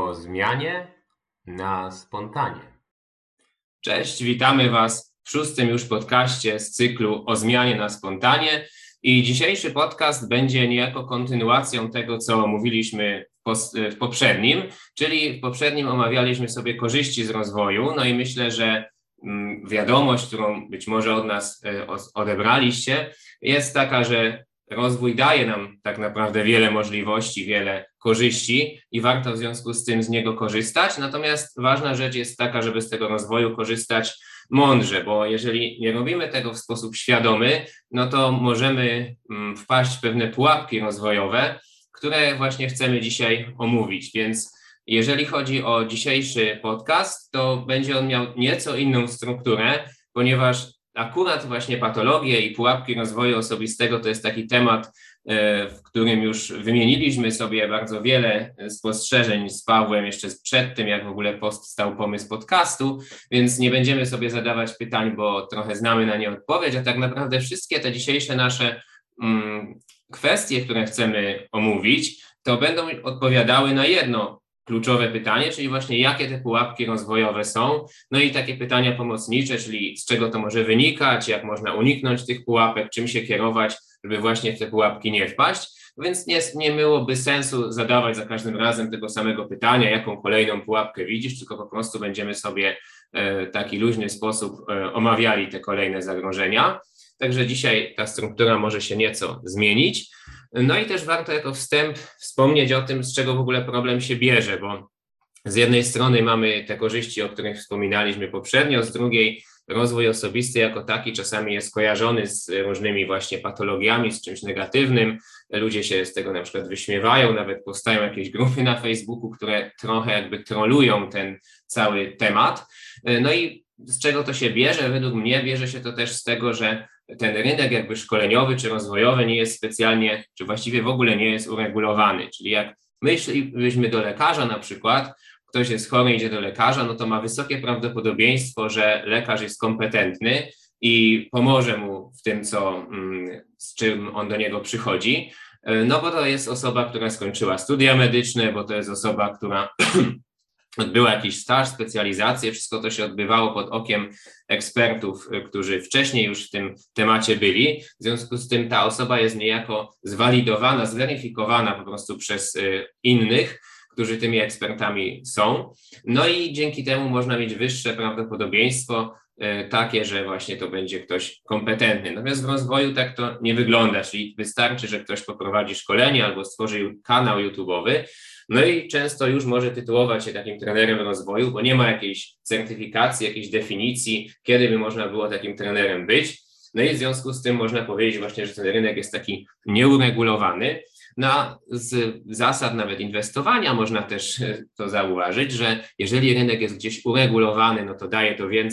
o zmianie na spontanie. Cześć, witamy Was w 6. już podcaście z cyklu o zmianie na spontanie i dzisiejszy podcast będzie niejako kontynuacją tego, co mówiliśmy w poprzednim, czyli w poprzednim omawialiśmy sobie korzyści z rozwoju, no i myślę, że wiadomość, którą być może od nas odebraliście, jest taka, że rozwój daje nam tak naprawdę wiele możliwości, wiele korzyści i warto w związku z tym z niego korzystać. Natomiast ważna rzecz jest taka, żeby z tego rozwoju korzystać mądrze, bo jeżeli nie robimy tego w sposób świadomy, no to możemy wpaść w pewne pułapki rozwojowe, które właśnie chcemy dzisiaj omówić. Więc jeżeli chodzi o dzisiejszy podcast, to będzie on miał nieco inną strukturę, ponieważ akurat właśnie patologie i pułapki rozwoju osobistego to jest taki temat, w którym już wymieniliśmy sobie bardzo wiele spostrzeżeń z Pawłem jeszcze przed tym, jak w ogóle powstał pomysł podcastu, więc nie będziemy sobie zadawać pytań, bo trochę znamy na nie odpowiedź, a tak naprawdę wszystkie te dzisiejsze nasze kwestie, które chcemy omówić, to będą odpowiadały na jedno kluczowe pytanie, czyli właśnie jakie te pułapki rozwojowe są, no i takie pytania pomocnicze, czyli z czego to może wynikać, jak można uniknąć tych pułapek, czym się kierować, żeby właśnie w te pułapki nie wpaść, więc nie byłoby sensu zadawać za każdym razem tego samego pytania, jaką kolejną pułapkę widzisz, tylko po prostu będziemy sobie w taki luźny sposób omawiali te kolejne zagrożenia. Także dzisiaj ta struktura może się nieco zmienić. No i też warto jako wstęp wspomnieć o tym, z czego w ogóle problem się bierze, bo z jednej strony mamy te korzyści, o których wspominaliśmy poprzednio, z drugiej rozwój osobisty jako taki czasami jest kojarzony z różnymi właśnie patologiami, z czymś negatywnym. Ludzie się z tego na przykład wyśmiewają, nawet powstają jakieś grupy na Facebooku, które trochę jakby trolują ten cały temat. No i z czego to się bierze? Według mnie bierze się to też z tego, że ten rynek jakby szkoleniowy czy rozwojowy nie jest specjalnie, czy właściwie w ogóle nie jest uregulowany. Czyli jak my szlibyśmy do lekarza na przykład, ktoś jest chory, idzie do lekarza, no to ma wysokie prawdopodobieństwo, że lekarz jest kompetentny i pomoże mu w tym, z czym on do niego przychodzi, no bo to jest osoba, która skończyła studia medyczne, bo to jest osoba, która odbyła jakiś staż, specjalizację, wszystko to się odbywało pod okiem ekspertów, którzy wcześniej już w tym temacie byli. W związku z tym ta osoba jest niejako zwalidowana, zweryfikowana po prostu przez innych, którzy tymi ekspertami są. No i dzięki temu można mieć wyższe prawdopodobieństwo takie, że właśnie to będzie ktoś kompetentny. Natomiast w rozwoju tak to nie wygląda, czyli wystarczy, że ktoś poprowadzi szkolenie albo stworzy kanał YouTube'owy, no i często już może tytułować się takim trenerem rozwoju, bo nie ma jakiejś certyfikacji, jakiejś definicji, kiedy by można było takim trenerem być. No i w związku z tym można powiedzieć właśnie, że ten rynek jest taki nieuregulowany. No, z zasad nawet inwestowania można też to zauważyć, że jeżeli rynek jest gdzieś uregulowany, no to daje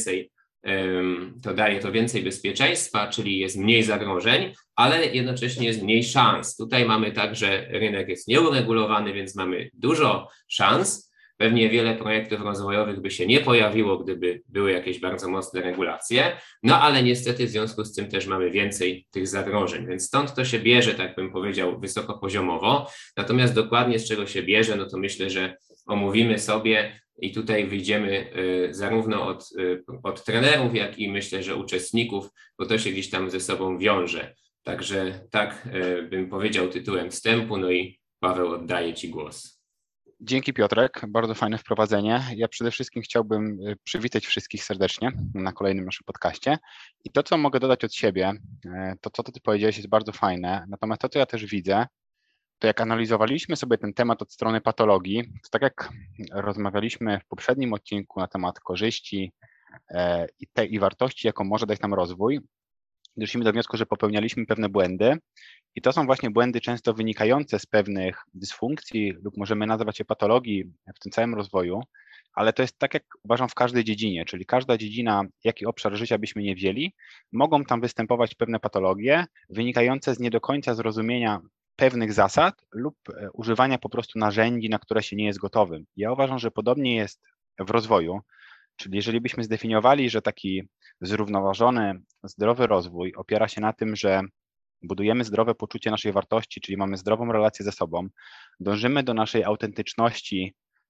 to więcej bezpieczeństwa, czyli jest mniej zagrożeń, ale jednocześnie jest mniej szans. Tutaj mamy tak, że rynek jest nieuregulowany, więc mamy dużo szans. Pewnie wiele projektów rozwojowych by się nie pojawiło, gdyby były jakieś bardzo mocne regulacje, no ale niestety w związku z tym też mamy więcej tych zagrożeń, więc stąd to się bierze, tak bym powiedział, wysokopoziomowo. Natomiast dokładnie z czego się bierze, no to myślę, że omówimy sobie i tutaj wyjdziemy zarówno od trenerów, jak i myślę, że uczestników, bo to się gdzieś tam ze sobą wiąże. Także tak bym powiedział tytułem wstępu, no i Paweł, oddaję Ci głos. Dzięki Piotrek, bardzo fajne wprowadzenie. Ja przede wszystkim chciałbym przywitać wszystkich serdecznie na kolejnym naszym podcaście. I to, co mogę dodać od siebie, to co Ty powiedziałeś jest bardzo fajne, natomiast to, co ja też widzę, to jak analizowaliśmy sobie ten temat od strony patologii, to tak jak rozmawialiśmy w poprzednim odcinku na temat korzyści i wartości, jaką może dać nam rozwój, doszliśmy do wniosku, że popełnialiśmy pewne błędy i to są właśnie błędy często wynikające z pewnych dysfunkcji lub możemy nazwać je patologii w tym całym rozwoju, ale to jest tak, jak uważam w każdej dziedzinie, czyli każda dziedzina, jaki obszar życia byśmy nie wzięli, mogą tam występować pewne patologie wynikające z nie do końca zrozumienia pewnych zasad lub używania po prostu narzędzi, na które się nie jest gotowym. Ja uważam, że podobnie jest w rozwoju, czyli jeżeli byśmy zdefiniowali, że taki zrównoważony, zdrowy rozwój opiera się na tym, że budujemy zdrowe poczucie naszej wartości, czyli mamy zdrową relację ze sobą, dążymy do naszej autentyczności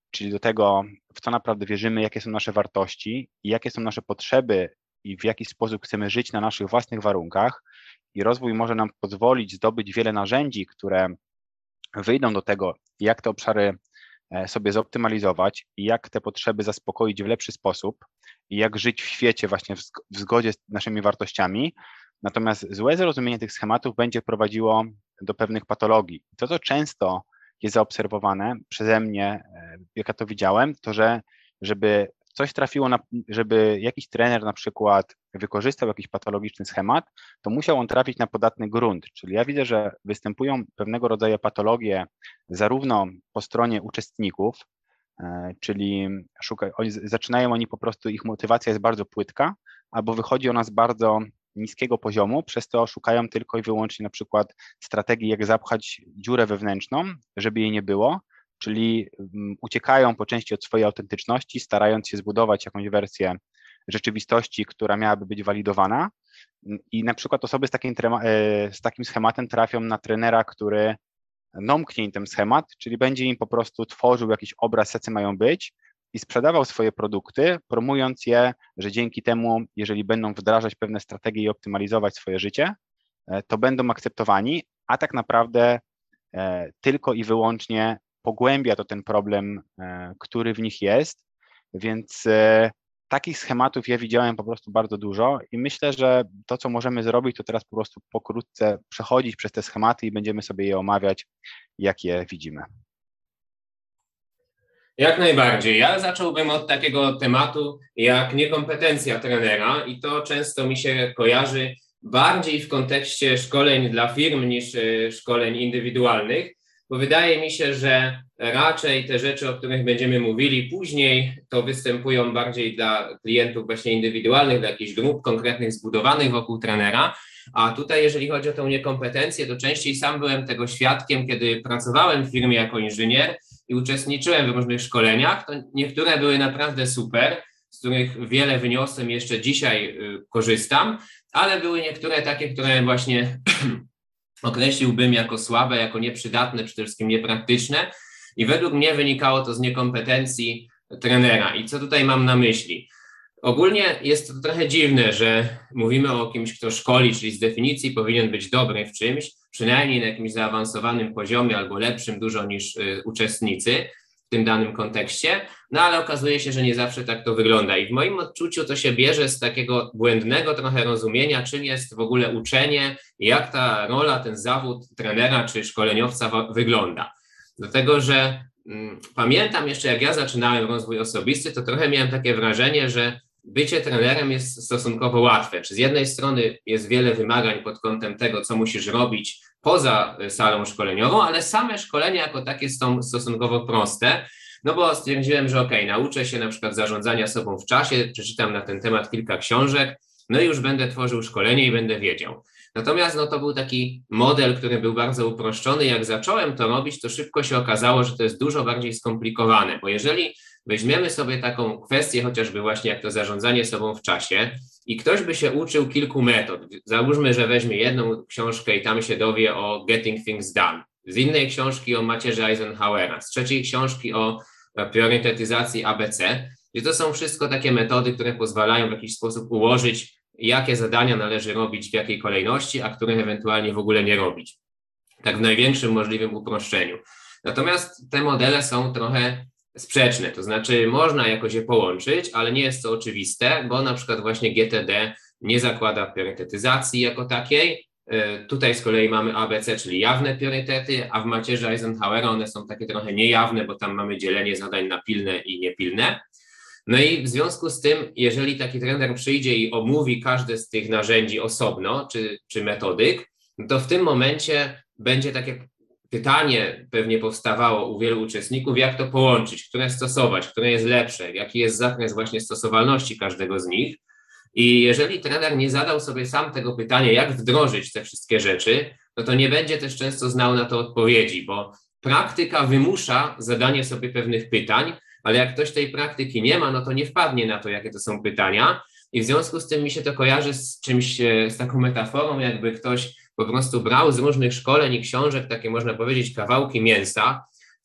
czyli do tego, w co naprawdę wierzymy, jakie są nasze wartości i jakie są nasze potrzeby i w jaki sposób chcemy żyć na naszych własnych warunkach. I rozwój może nam pozwolić zdobyć wiele narzędzi, które wyjdą do tego, jak te obszary sobie zoptymalizować i jak te potrzeby zaspokoić w lepszy sposób i jak żyć w świecie właśnie w zgodzie z naszymi wartościami. Natomiast złe zrozumienie tych schematów będzie prowadziło do pewnych patologii. To, co często jest zaobserwowane przeze mnie, jak ja to widziałem, to żeby coś trafiło, żeby jakiś trener na przykład wykorzystał jakiś patologiczny schemat, to musiał on trafić na podatny grunt. Czyli ja widzę, że występują pewnego rodzaju patologie zarówno po stronie uczestników, czyli zaczynają oni po prostu, ich motywacja jest bardzo płytka, albo wychodzi ona z bardzo niskiego poziomu, przez to szukają tylko i wyłącznie na przykład strategii, jak zapchać dziurę wewnętrzną, żeby jej nie było, czyli uciekają po części od swojej autentyczności, starając się zbudować jakąś wersję rzeczywistości, która miałaby być walidowana i na przykład osoby z takim schematem trafią na trenera, który nomknie im ten schemat, czyli będzie im po prostu tworzył jakiś obraz, jacy mają być i sprzedawał swoje produkty, promując je, że dzięki temu, jeżeli będą wdrażać pewne strategie i optymalizować swoje życie, to będą akceptowani, a tak naprawdę tylko i wyłącznie pogłębia to ten problem, który w nich jest, więc takich schematów ja widziałem po prostu bardzo dużo i myślę, że to, co możemy zrobić, to teraz po prostu pokrótce przechodzić przez te schematy i będziemy sobie je omawiać, jak je widzimy. Jak najbardziej. Ja zacząłbym od takiego tematu jak niekompetencja trenera i to często mi się kojarzy bardziej w kontekście szkoleń dla firm niż szkoleń indywidualnych, bo wydaje mi się, że raczej te rzeczy, o których będziemy mówili później, to występują bardziej dla klientów właśnie indywidualnych, dla jakichś grup konkretnych zbudowanych wokół trenera, a tutaj jeżeli chodzi o tę niekompetencję, to częściej sam byłem tego świadkiem, kiedy pracowałem w firmie jako inżynier i uczestniczyłem w różnych szkoleniach, to niektóre były naprawdę super, z których wiele wyniosłem, jeszcze dzisiaj korzystam, ale były niektóre takie, które właśnie określiłbym jako słabe, jako nieprzydatne, przede wszystkim niepraktyczne i według mnie wynikało to z niekompetencji trenera. I co tutaj mam na myśli? Ogólnie jest to trochę dziwne, że mówimy o kimś, kto szkoli, czyli z definicji powinien być dobry w czymś, przynajmniej na jakimś zaawansowanym poziomie albo lepszym dużo niż uczestnicy w tym danym kontekście, no ale okazuje się, że nie zawsze tak to wygląda i w moim odczuciu to się bierze z takiego błędnego trochę rozumienia, czym jest w ogóle uczenie, jak ta rola, ten zawód trenera czy szkoleniowca wygląda. Dlatego, że pamiętam jeszcze, jak ja zaczynałem rozwój osobisty, to trochę miałem takie wrażenie, że bycie trenerem jest stosunkowo łatwe. Czy z jednej strony jest wiele wymagań pod kątem tego, co musisz robić poza salą szkoleniową, ale same szkolenia jako takie są stosunkowo proste, no bo stwierdziłem, że nauczę się na przykład zarządzania sobą w czasie, przeczytam na ten temat kilka książek, no i już będę tworzył szkolenie i będę wiedział. Natomiast to był taki model, który był bardzo uproszczony. Jak zacząłem to robić, to szybko się okazało, że to jest dużo bardziej skomplikowane, bo jeżeli weźmiemy sobie taką kwestię, chociażby właśnie jak to zarządzanie sobą w czasie i ktoś by się uczył kilku metod, załóżmy, że weźmie jedną książkę i tam się dowie o Getting Things Done, z innej książki o macierzy Eisenhowera, z trzeciej książki o priorytetyzacji ABC, i to są wszystko takie metody, które pozwalają w jakiś sposób ułożyć, jakie zadania należy robić w jakiej kolejności, a których ewentualnie w ogóle nie robić. Tak w największym możliwym uproszczeniu. Natomiast te modele są trochę sprzeczne, to znaczy można jakoś je połączyć, ale nie jest to oczywiste, bo na przykład właśnie GTD nie zakłada priorytetyzacji jako takiej. Tutaj z kolei mamy ABC, czyli jawne priorytety, a w macierzy Eisenhowera one są takie trochę niejawne, bo tam mamy dzielenie zadań na pilne i niepilne. No i w związku z tym, jeżeli taki trener przyjdzie i omówi każde z tych narzędzi osobno, czy metodyk, to w tym momencie będzie takie pytanie pewnie powstawało u wielu uczestników, jak to połączyć, które stosować, które jest lepsze, jaki jest zakres właśnie stosowalności każdego z nich. I jeżeli trener nie zadał sobie sam tego pytania, jak wdrożyć te wszystkie rzeczy, no to nie będzie też często znał na to odpowiedzi, bo praktyka wymusza zadanie sobie pewnych pytań, ale jak ktoś tej praktyki nie ma, no to nie wpadnie na to, jakie to są pytania i w związku z tym mi się to kojarzy z czymś, z taką metaforą, jakby ktoś po prostu brał z różnych szkoleń i książek takie, można powiedzieć, kawałki mięsa,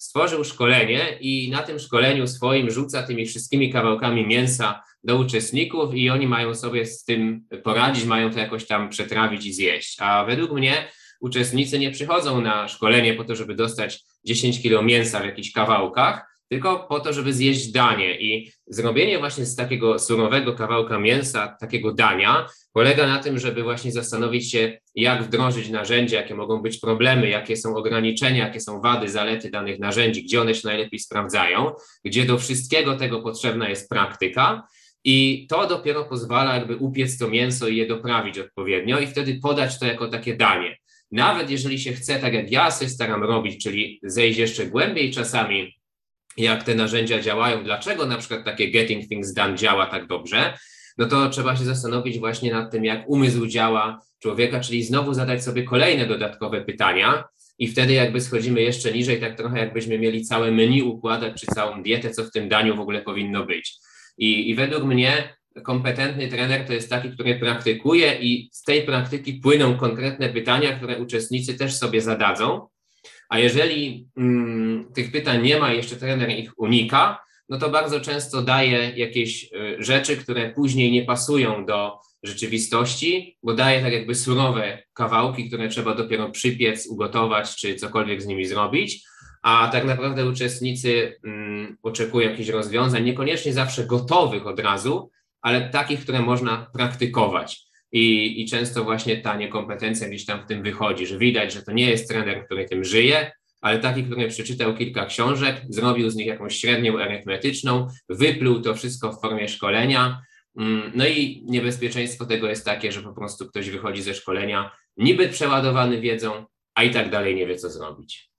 stworzył szkolenie i na tym szkoleniu swoim rzuca tymi wszystkimi kawałkami mięsa do uczestników i oni mają sobie z tym poradzić, mają to jakoś tam przetrawić i zjeść. A według mnie uczestnicy nie przychodzą na szkolenie po to, żeby dostać 10 kilo mięsa w jakichś kawałkach, tylko po to, żeby zjeść danie. I zrobienie właśnie z takiego surowego kawałka mięsa, takiego dania, polega na tym, żeby właśnie zastanowić się, jak wdrożyć narzędzia, jakie mogą być problemy, jakie są ograniczenia, jakie są wady, zalety danych narzędzi, gdzie one się najlepiej sprawdzają, gdzie do wszystkiego tego potrzebna jest praktyka. I to dopiero pozwala jakby upiec to mięso i je doprawić odpowiednio i wtedy podać to jako takie danie. Nawet jeżeli się chce, tak jak ja się staram robić, czyli zejść jeszcze głębiej czasami, jak te narzędzia działają, dlaczego na przykład takie Getting Things Done działa tak dobrze, no to trzeba się zastanowić właśnie nad tym, jak umysł działa człowieka, czyli znowu zadać sobie kolejne dodatkowe pytania i wtedy jakby schodzimy jeszcze niżej, tak trochę jakbyśmy mieli całe menu układać, czy całą dietę, co w tym daniu w ogóle powinno być. I według mnie kompetentny trener to jest taki, który praktykuje i z tej praktyki płyną konkretne pytania, które uczestnicy też sobie zadadzą. A jeżeli tych pytań nie ma i jeszcze trener ich unika, no to bardzo często daje jakieś rzeczy, które później nie pasują do rzeczywistości, bo daje tak jakby surowe kawałki, które trzeba dopiero przypiec, ugotować czy cokolwiek z nimi zrobić, a tak naprawdę uczestnicy oczekują jakichś rozwiązań, niekoniecznie zawsze gotowych od razu, ale takich, które można praktykować. I często właśnie ta niekompetencja gdzieś tam w tym wychodzi, że widać, że to nie jest trener, który tym żyje, ale taki, który przeczytał kilka książek, zrobił z nich jakąś średnią arytmetyczną, wypluł to wszystko w formie szkolenia. No i niebezpieczeństwo tego jest takie, że po prostu ktoś wychodzi ze szkolenia niby przeładowany wiedzą, a i tak dalej nie wie, co zrobić.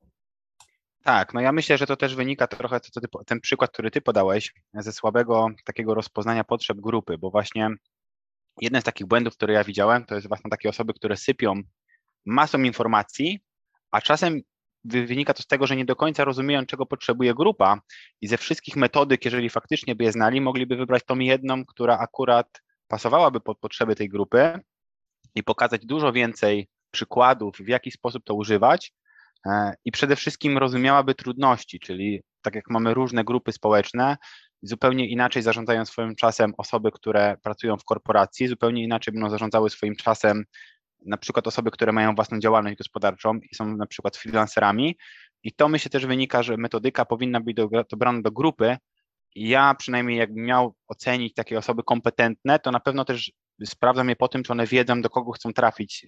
Tak, no ja myślę, że to też wynika trochę, ten przykład, który ty podałeś, ze słabego takiego rozpoznania potrzeb grupy, bo właśnie jeden z takich błędów, które ja widziałem, to jest właśnie takie osoby, które sypią masą informacji, a czasem wynika to z tego, że nie do końca rozumieją, czego potrzebuje grupa i ze wszystkich metodyk, jeżeli faktycznie by je znali, mogliby wybrać tą jedną, która akurat pasowałaby pod potrzeby tej grupy i pokazać dużo więcej przykładów, w jaki sposób to używać i przede wszystkim rozumiałaby trudności, czyli tak jak mamy różne grupy społeczne, zupełnie inaczej zarządzają swoim czasem osoby, które pracują w korporacji, zupełnie inaczej będą zarządzały swoim czasem na przykład osoby, które mają własną działalność gospodarczą i są na przykład freelancerami i to myślę też wynika, że metodyka powinna być dobrana do grupy i ja przynajmniej jakbym miał ocenić takie osoby kompetentne, to na pewno też sprawdzam je po tym, czy one wiedzą, do kogo chcą trafić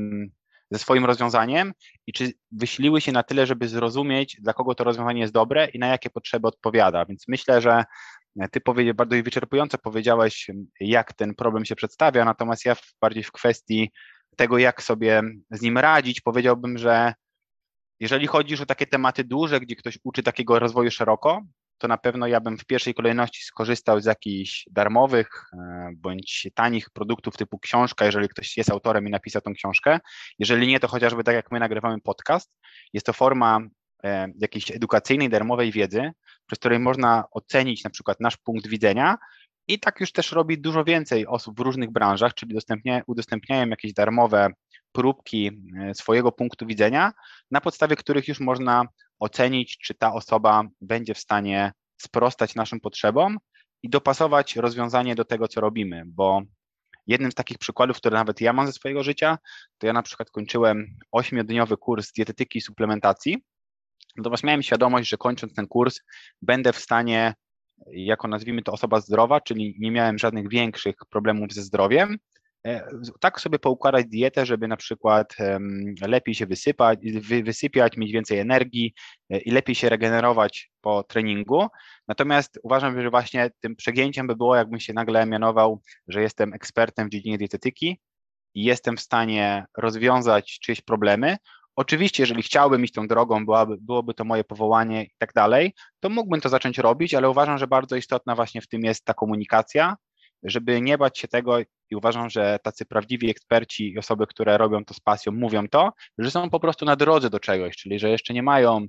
ze swoim rozwiązaniem i czy wysiliły się na tyle, żeby zrozumieć, dla kogo to rozwiązanie jest dobre i na jakie potrzeby odpowiada. Więc myślę, że ty bardzo wyczerpująco powiedziałeś, jak ten problem się przedstawia, natomiast ja bardziej w kwestii tego, jak sobie z nim radzić, powiedziałbym, że jeżeli chodzi już o takie tematy duże, gdzie ktoś uczy takiego rozwoju szeroko, to na pewno ja bym w pierwszej kolejności skorzystał z jakichś darmowych bądź tanich produktów typu książka, jeżeli ktoś jest autorem i napisał tą książkę. Jeżeli nie, to chociażby tak jak my nagrywamy podcast, jest to forma jakiejś edukacyjnej, darmowej wiedzy, przez której można ocenić na przykład nasz punkt widzenia i tak już też robi dużo więcej osób w różnych branżach, czyli udostępniają jakieś darmowe próbki swojego punktu widzenia, na podstawie których już można ocenić, czy ta osoba będzie w stanie sprostać naszym potrzebom i dopasować rozwiązanie do tego, co robimy, bo jednym z takich przykładów, które nawet ja mam ze swojego życia, to ja na przykład kończyłem 8-dniowy kurs dietetyki i suplementacji, natomiast miałem świadomość, że kończąc ten kurs będę w stanie, jako nazwijmy to osoba zdrowa, czyli nie miałem żadnych większych problemów ze zdrowiem, tak sobie poukładać dietę, żeby na przykład lepiej się wysypiać, mieć więcej energii i lepiej się regenerować po treningu. Natomiast uważam, że właśnie tym przegięciem by było, jakbym się nagle mianował, że jestem ekspertem w dziedzinie dietetyki i jestem w stanie rozwiązać czyjeś problemy. Oczywiście, jeżeli chciałbym iść tą drogą, byłoby to moje powołanie i tak dalej, to mógłbym to zacząć robić, ale uważam, że bardzo istotna właśnie w tym jest ta komunikacja, żeby nie bać się tego i uważam, że tacy prawdziwi eksperci i osoby, które robią to z pasją, mówią to, że są po prostu na drodze do czegoś, czyli że jeszcze nie mają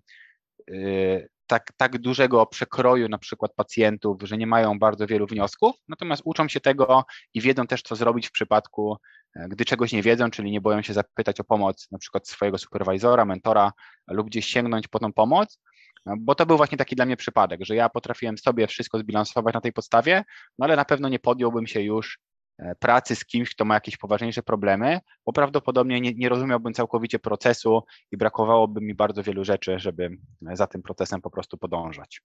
tak dużego przekroju na przykład pacjentów, że nie mają bardzo wielu wniosków, natomiast uczą się tego i wiedzą też, co zrobić w przypadku, gdy czegoś nie wiedzą, czyli nie boją się zapytać o pomoc na przykład swojego superwizora, mentora lub gdzieś sięgnąć po tą pomoc. bo to był właśnie taki dla mnie przypadek, że ja potrafiłem sobie wszystko zbilansować na tej podstawie, no ale na pewno nie podjąłbym się już pracy z kimś, kto ma jakieś poważniejsze problemy, bo prawdopodobnie nie rozumiałbym całkowicie procesu i brakowałoby mi bardzo wielu rzeczy, żeby za tym procesem po prostu podążać.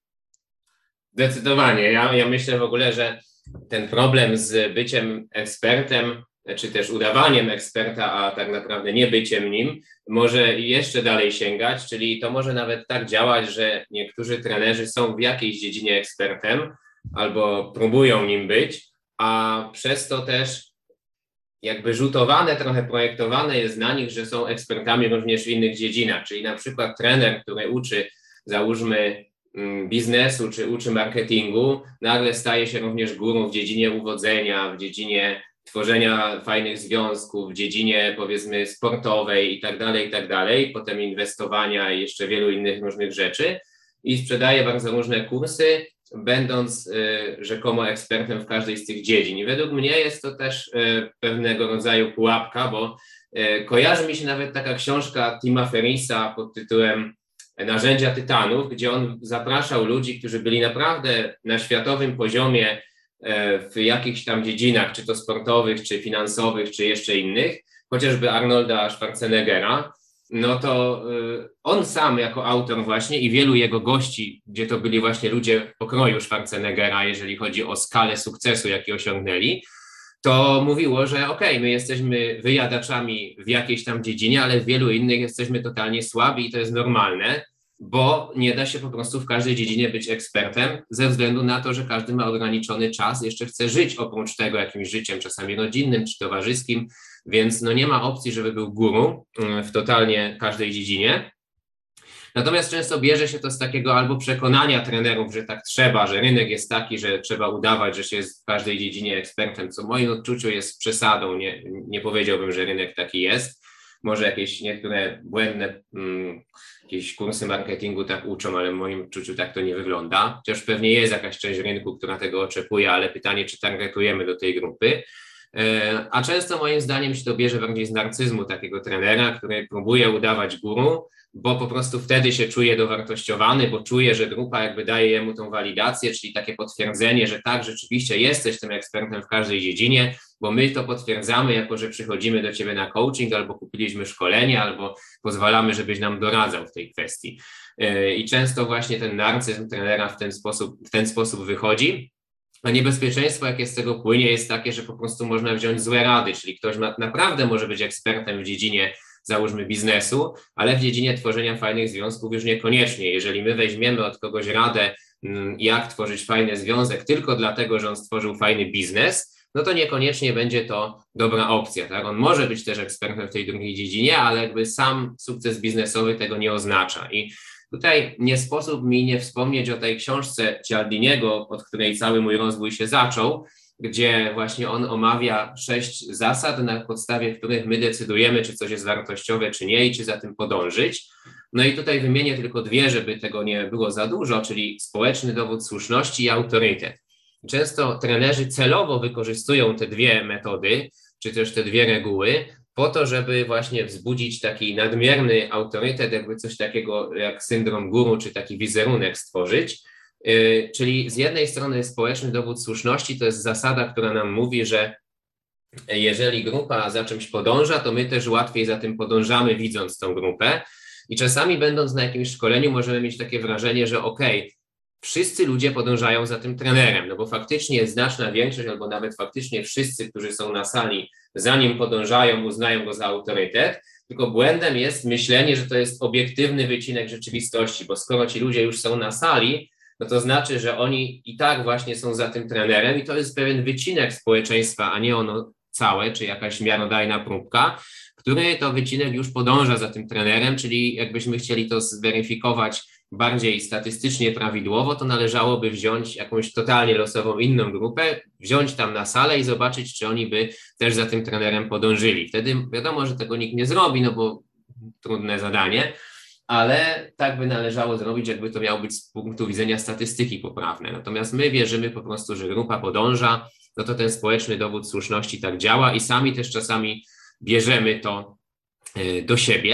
Zdecydowanie. Ja myślę w ogóle, że ten problem z byciem ekspertem, czy też udawaniem eksperta, a tak naprawdę nie byciem nim, może jeszcze dalej sięgać, czyli to może nawet tak działać, że niektórzy trenerzy są w jakiejś dziedzinie ekspertem albo próbują nim być, a przez to też jakby rzutowane, trochę projektowane jest na nich, że są ekspertami również w innych dziedzinach, czyli na przykład trener, który uczy, załóżmy, biznesu czy uczy marketingu, nagle staje się również guru w dziedzinie uwodzenia, w dziedzinie tworzenia fajnych związków, w dziedzinie powiedzmy sportowej i tak dalej, potem inwestowania i jeszcze wielu innych różnych rzeczy i sprzedaje bardzo różne kursy, będąc rzekomo ekspertem w każdej z tych dziedzin. I według mnie jest to też pewnego rodzaju pułapka, bo kojarzy mi się nawet taka książka Tima Ferrissa pod tytułem Narzędzia Tytanów, gdzie on zapraszał ludzi, którzy byli naprawdę na światowym poziomie w jakichś tam dziedzinach, czy to sportowych, czy finansowych, czy jeszcze innych, chociażby Arnolda Schwarzeneggera, no to on sam jako autor właśnie i wielu jego gości, gdzie to byli właśnie ludzie pokroju Schwarzeneggera, jeżeli chodzi o skalę sukcesu, jaki osiągnęli, to mówiło, że okej, my jesteśmy wyjadaczami w jakiejś tam dziedzinie, ale w wielu innych jesteśmy totalnie słabi i to jest normalne, bo nie da się po prostu w każdej dziedzinie być ekspertem ze względu na to, że każdy ma ograniczony czas, jeszcze chce żyć oprócz tego jakimś życiem, czasami rodzinnym czy towarzyskim, więc no nie ma opcji, żeby był guru w totalnie każdej dziedzinie. Natomiast często bierze się to z takiego albo przekonania trenerów, że tak trzeba, że rynek jest taki, że trzeba udawać, że się jest w każdej dziedzinie ekspertem, co w moim odczuciu jest przesadą. Nie powiedziałbym, że rynek taki jest. Może jakieś niektóre błędne jakieś kursy marketingu tak uczą, ale w moim odczuciu tak to nie wygląda. Chociaż pewnie jest jakaś część rynku, która tego oczekuje, ale pytanie, czy targetujemy do tej grupy. A często moim zdaniem się to bierze bardziej z narcyzmu takiego trenera, który próbuje udawać guru, bo po prostu wtedy się czuje dowartościowany, bo czuje, że grupa jakby daje jemu tą walidację, czyli takie potwierdzenie, że tak, rzeczywiście jesteś tym ekspertem w każdej dziedzinie, bo my to potwierdzamy, jako że przychodzimy do ciebie na coaching, albo kupiliśmy szkolenie, albo pozwalamy, żebyś nam doradzał w tej kwestii. I często właśnie ten narcyzm trenera w ten sposób wychodzi. A niebezpieczeństwo, jakie z tego płynie, jest takie, że po prostu można wziąć złe rady, czyli ktoś naprawdę może być ekspertem w dziedzinie, załóżmy, biznesu, ale w dziedzinie tworzenia fajnych związków już niekoniecznie. Jeżeli my weźmiemy od kogoś radę, jak tworzyć fajny związek tylko dlatego, że on stworzył fajny biznes, no to niekoniecznie będzie to dobra opcja. Tak? On może być też ekspertem w tej drugiej dziedzinie, ale jakby sam sukces biznesowy tego nie oznacza. I tutaj nie sposób mi nie wspomnieć o tej książce Cialdiniego, od której cały mój rozwój się zaczął, gdzie właśnie on omawia 6 zasad, na podstawie których my decydujemy, czy coś jest wartościowe, czy nie i czy za tym podążyć. No i tutaj wymienię tylko 2, żeby tego nie było za dużo, czyli społeczny dowód słuszności i autorytet. Często trenerzy celowo wykorzystują te 2 metody, czy też te 2 reguły, po to, żeby właśnie wzbudzić taki nadmierny autorytet, jakby coś takiego jak syndrom guru, czy taki wizerunek stworzyć. Czyli z jednej strony społeczny dowód słuszności to jest zasada, która nam mówi, że jeżeli grupa za czymś podąża, to my też łatwiej za tym podążamy, widząc tą grupę. I czasami będąc na jakimś szkoleniu możemy mieć takie wrażenie, że wszyscy ludzie podążają za tym trenerem, no bo faktycznie znaczna większość, albo nawet faktycznie wszyscy, którzy są na sali, za nim podążają, uznają go za autorytet, tylko błędem jest myślenie, że to jest obiektywny wycinek rzeczywistości, bo skoro ci ludzie już są na sali, no to znaczy, że oni i tak właśnie są za tym trenerem i to jest pewien wycinek społeczeństwa, a nie ono całe, czy jakaś miarodajna próbka, który to wycinek już podąża za tym trenerem, czyli jakbyśmy chcieli to zweryfikować bardziej statystycznie prawidłowo, to należałoby wziąć jakąś totalnie losową inną grupę, wziąć tam na salę i zobaczyć, czy oni by też za tym trenerem podążyli. Wtedy wiadomo, że tego nikt nie zrobi, no bo trudne zadanie, ale tak by należało zrobić, jakby to miało być z punktu widzenia statystyki poprawne. Natomiast my wierzymy po prostu, że grupa podąża, no to ten społeczny dowód słuszności tak działa i sami też czasami bierzemy to do siebie.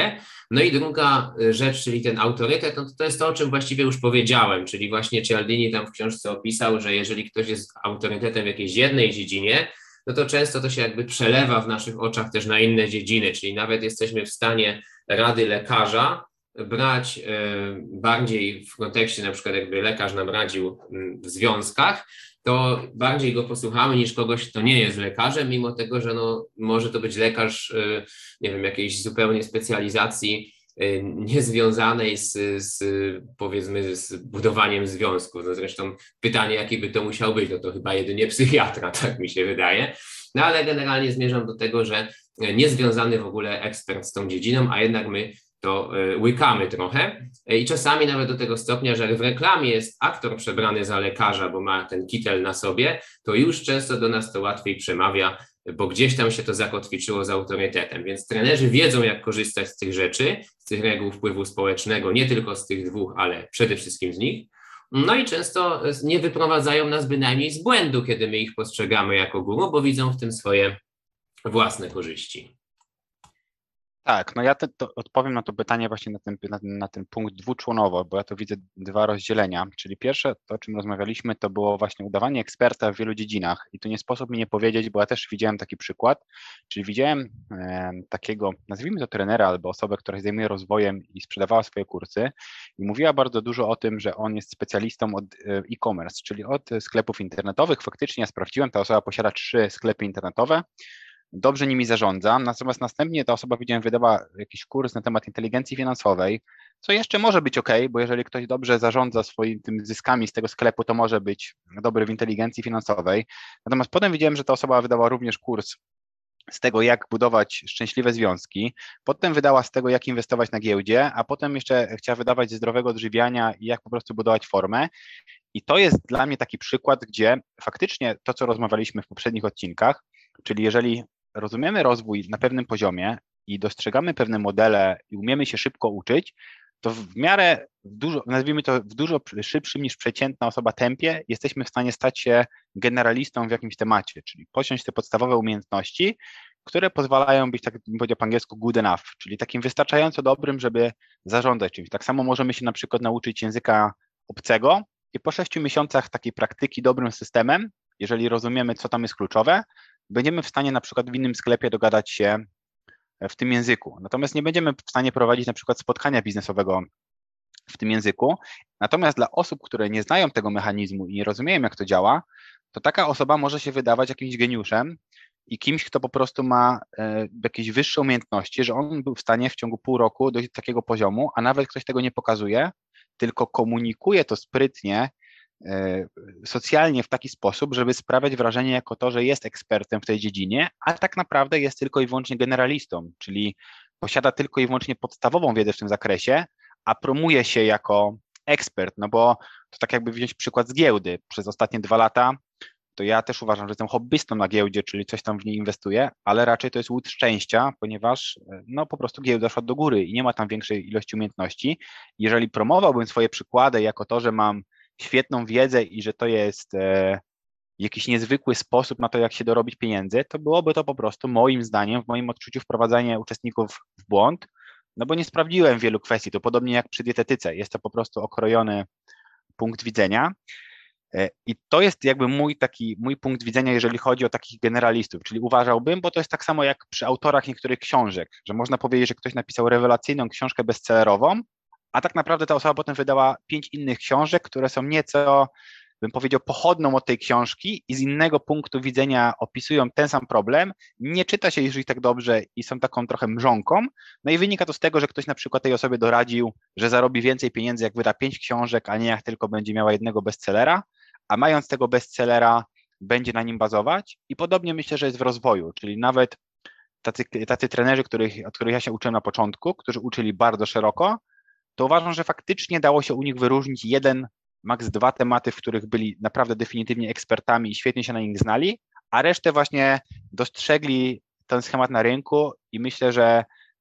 No i druga rzecz, czyli ten autorytet, no to jest to, o czym właściwie już powiedziałem, czyli właśnie Cialdini tam w książce opisał, że jeżeli ktoś jest autorytetem w jakiejś jednej dziedzinie, no to często to się jakby przelewa w naszych oczach też na inne dziedziny, czyli nawet jesteśmy w stanie rady lekarza brać bardziej w kontekście, na przykład jakby lekarz nam radził w związkach, to bardziej go posłuchamy niż kogoś, kto nie jest lekarzem, mimo tego, że no, może to być lekarz, nie wiem, jakiejś zupełnie specjalizacji niezwiązanej z powiedzmy z budowaniem związków. No zresztą pytanie, jaki by to musiał być, no to chyba jedynie psychiatra, tak mi się wydaje. No ale generalnie zmierzam do tego, że niezwiązany w ogóle ekspert z tą dziedziną, a jednak my to łykamy trochę i czasami nawet do tego stopnia, że jak w reklamie jest aktor przebrany za lekarza, bo ma ten kitel na sobie, to już często do nas to łatwiej przemawia, bo gdzieś tam się to zakotwiczyło z autorytetem, więc trenerzy wiedzą, jak korzystać z tych rzeczy, z tych reguł wpływu społecznego, nie tylko z tych dwóch, ale przede wszystkim z nich. No i często nie wyprowadzają nas bynajmniej z błędu, kiedy my ich postrzegamy jako guru, bo widzą w tym swoje własne korzyści. Tak, no ja to odpowiem na to pytanie właśnie na ten punkt dwuczłonowo, bo ja to widzę dwa rozdzielenia, czyli pierwsze, to o czym rozmawialiśmy, to było właśnie udawanie eksperta w wielu dziedzinach i tu nie sposób mi nie powiedzieć, bo ja też widziałem taki przykład, czyli widziałem takiego, nazwijmy to trenera albo osobę, która się zajmuje rozwojem i sprzedawała swoje kursy i mówiła bardzo dużo o tym, że on jest specjalistą od e-commerce, czyli od sklepów internetowych. Faktycznie ja sprawdziłem, ta osoba posiada 3 sklepy internetowe, dobrze nimi zarządza, natomiast następnie ta osoba, widziałem, wydała jakiś kurs na temat inteligencji finansowej, co jeszcze może być ok, bo jeżeli ktoś dobrze zarządza swoimi tym zyskami z tego sklepu, to może być dobry w inteligencji finansowej. Natomiast potem widziałem, że ta osoba wydała również kurs z tego, jak budować szczęśliwe związki, potem wydała z tego, jak inwestować na giełdzie, a potem jeszcze chciała wydawać ze zdrowego odżywiania i jak po prostu budować formę. I to jest dla mnie taki przykład, gdzie faktycznie to, co rozmawialiśmy w poprzednich odcinkach, czyli jeżeli rozumiemy rozwój na pewnym poziomie i dostrzegamy pewne modele i umiemy się szybko uczyć, to w miarę, nazwijmy to, w dużo szybszym niż przeciętna osoba tempie jesteśmy w stanie stać się generalistą w jakimś temacie, czyli posiąść te podstawowe umiejętności, które pozwalają być, tak bym powiedział po angielsku, good enough, czyli takim wystarczająco dobrym, żeby zarządzać czymś. Tak samo możemy się na przykład nauczyć języka obcego i po 6 miesiącach takiej praktyki dobrym systemem, jeżeli rozumiemy, co tam jest kluczowe, będziemy w stanie na przykład w innym sklepie dogadać się w tym języku. Natomiast nie będziemy w stanie prowadzić na przykład spotkania biznesowego w tym języku. Natomiast dla osób, które nie znają tego mechanizmu i nie rozumieją, jak to działa, to taka osoba może się wydawać jakimś geniuszem i kimś, kto po prostu ma jakieś wyższe umiejętności, że on był w stanie w ciągu pół roku dojść do takiego poziomu, a nawet ktoś tego nie pokazuje, tylko komunikuje to sprytnie, socjalnie w taki sposób, żeby sprawiać wrażenie jako to, że jest ekspertem w tej dziedzinie, a tak naprawdę jest tylko i wyłącznie generalistą, czyli posiada tylko i wyłącznie podstawową wiedzę w tym zakresie, a promuje się jako ekspert, no bo to tak jakby wziąć przykład z giełdy. Przez ostatnie 2 lata to ja też uważam, że jestem hobbystą na giełdzie, czyli coś tam w niej inwestuję, ale raczej to jest łód szczęścia, ponieważ no po prostu giełda szła do góry i nie ma tam większej ilości umiejętności. Jeżeli promowałbym swoje przykłady jako to, że mam świetną wiedzę i że to jest jakiś niezwykły sposób na to, jak się dorobić pieniędzy, to byłoby to po prostu moim zdaniem, w moim odczuciu wprowadzanie uczestników w błąd, no bo nie sprawdziłem wielu kwestii. To podobnie jak przy dietetyce, jest to po prostu okrojony punkt widzenia. I to jest jakby mój punkt widzenia, jeżeli chodzi o takich generalistów, czyli uważałbym, bo to jest tak samo jak przy autorach niektórych książek, że można powiedzieć, że ktoś napisał rewelacyjną książkę bestsellerową, a tak naprawdę ta osoba potem wydała 5 innych książek, które są nieco, bym powiedział, pochodną od tej książki i z innego punktu widzenia opisują ten sam problem, nie czyta się już ich tak dobrze i są taką trochę mrzonką, no i wynika to z tego, że ktoś na przykład tej osobie doradził, że zarobi więcej pieniędzy, jak wyda 5 książek, a nie jak tylko będzie miała jednego bestsellera, a mając tego bestsellera będzie na nim bazować i podobnie myślę, że jest w rozwoju, czyli nawet tacy trenerzy, od których ja się uczyłem na początku, którzy uczyli bardzo szeroko, to uważam, że faktycznie dało się u nich wyróżnić 1, maks 2 tematy, w których byli naprawdę definitywnie ekspertami i świetnie się na nich znali, a resztę właśnie dostrzegli ten schemat na rynku i myślę, że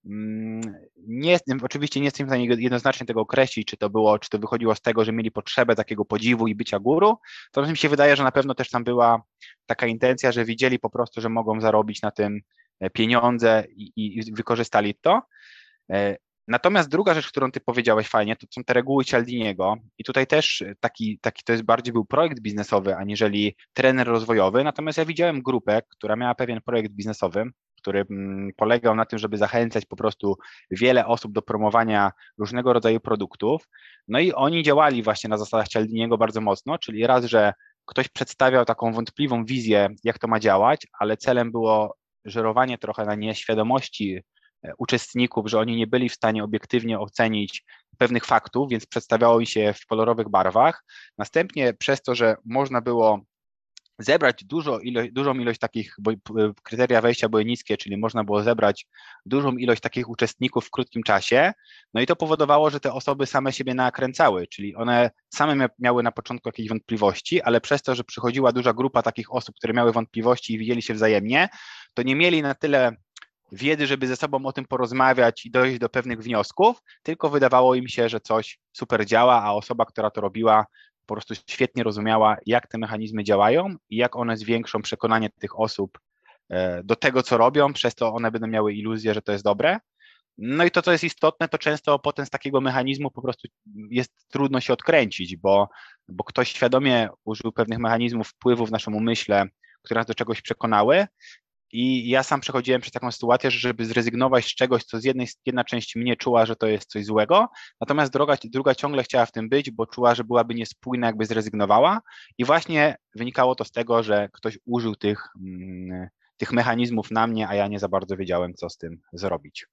oczywiście nie jestem w stanie jednoznacznie tego określić, czy to wychodziło z tego, że mieli potrzebę takiego podziwu i bycia guru, to mi się wydaje, że na pewno też tam była taka intencja, że widzieli po prostu, że mogą zarobić na tym pieniądze i wykorzystali to. Natomiast druga rzecz, którą ty powiedziałeś fajnie, to są te reguły Cialdiniego i tutaj też taki to jest bardziej był projekt biznesowy, aniżeli trener rozwojowy, natomiast ja widziałem grupę, która miała pewien projekt biznesowy, który polegał na tym, żeby zachęcać po prostu wiele osób do promowania różnego rodzaju produktów, no i oni działali właśnie na zasadach Cialdiniego bardzo mocno, czyli raz, że ktoś przedstawiał taką wątpliwą wizję, jak to ma działać, ale celem było żerowanie trochę na nieświadomości uczestników, że oni nie byli w stanie obiektywnie ocenić pewnych faktów, więc przedstawiało im się w kolorowych barwach. Następnie przez to, że można było zebrać dużą ilość takich, bo kryteria wejścia były niskie, czyli można było zebrać dużą ilość takich uczestników w krótkim czasie, no i to powodowało, że te osoby same siebie nakręcały, czyli one same miały na początku jakieś wątpliwości, ale przez to, że przychodziła duża grupa takich osób, które miały wątpliwości i widzieli się wzajemnie, to nie mieli na tyle wiedzy, żeby ze sobą o tym porozmawiać i dojść do pewnych wniosków, tylko wydawało im się, że coś super działa, a osoba, która to robiła, po prostu świetnie rozumiała, jak te mechanizmy działają i jak one zwiększą przekonanie tych osób do tego, co robią, przez to one będą miały iluzję, że to jest dobre. No i to, co jest istotne, to często potem z takiego mechanizmu po prostu jest trudno się odkręcić, bo ktoś świadomie użył pewnych mechanizmów wpływu w naszym umyśle, które nas do czegoś przekonały. I ja sam przechodziłem przez taką sytuację, że żeby zrezygnować z czegoś, co jedna część mnie czuła, że to jest coś złego, natomiast druga ciągle chciała w tym być, bo czuła, że byłaby niespójna, jakby zrezygnowała. I właśnie wynikało to z tego, że ktoś użył tych mechanizmów na mnie, a ja nie za bardzo wiedziałem, co z tym zrobić.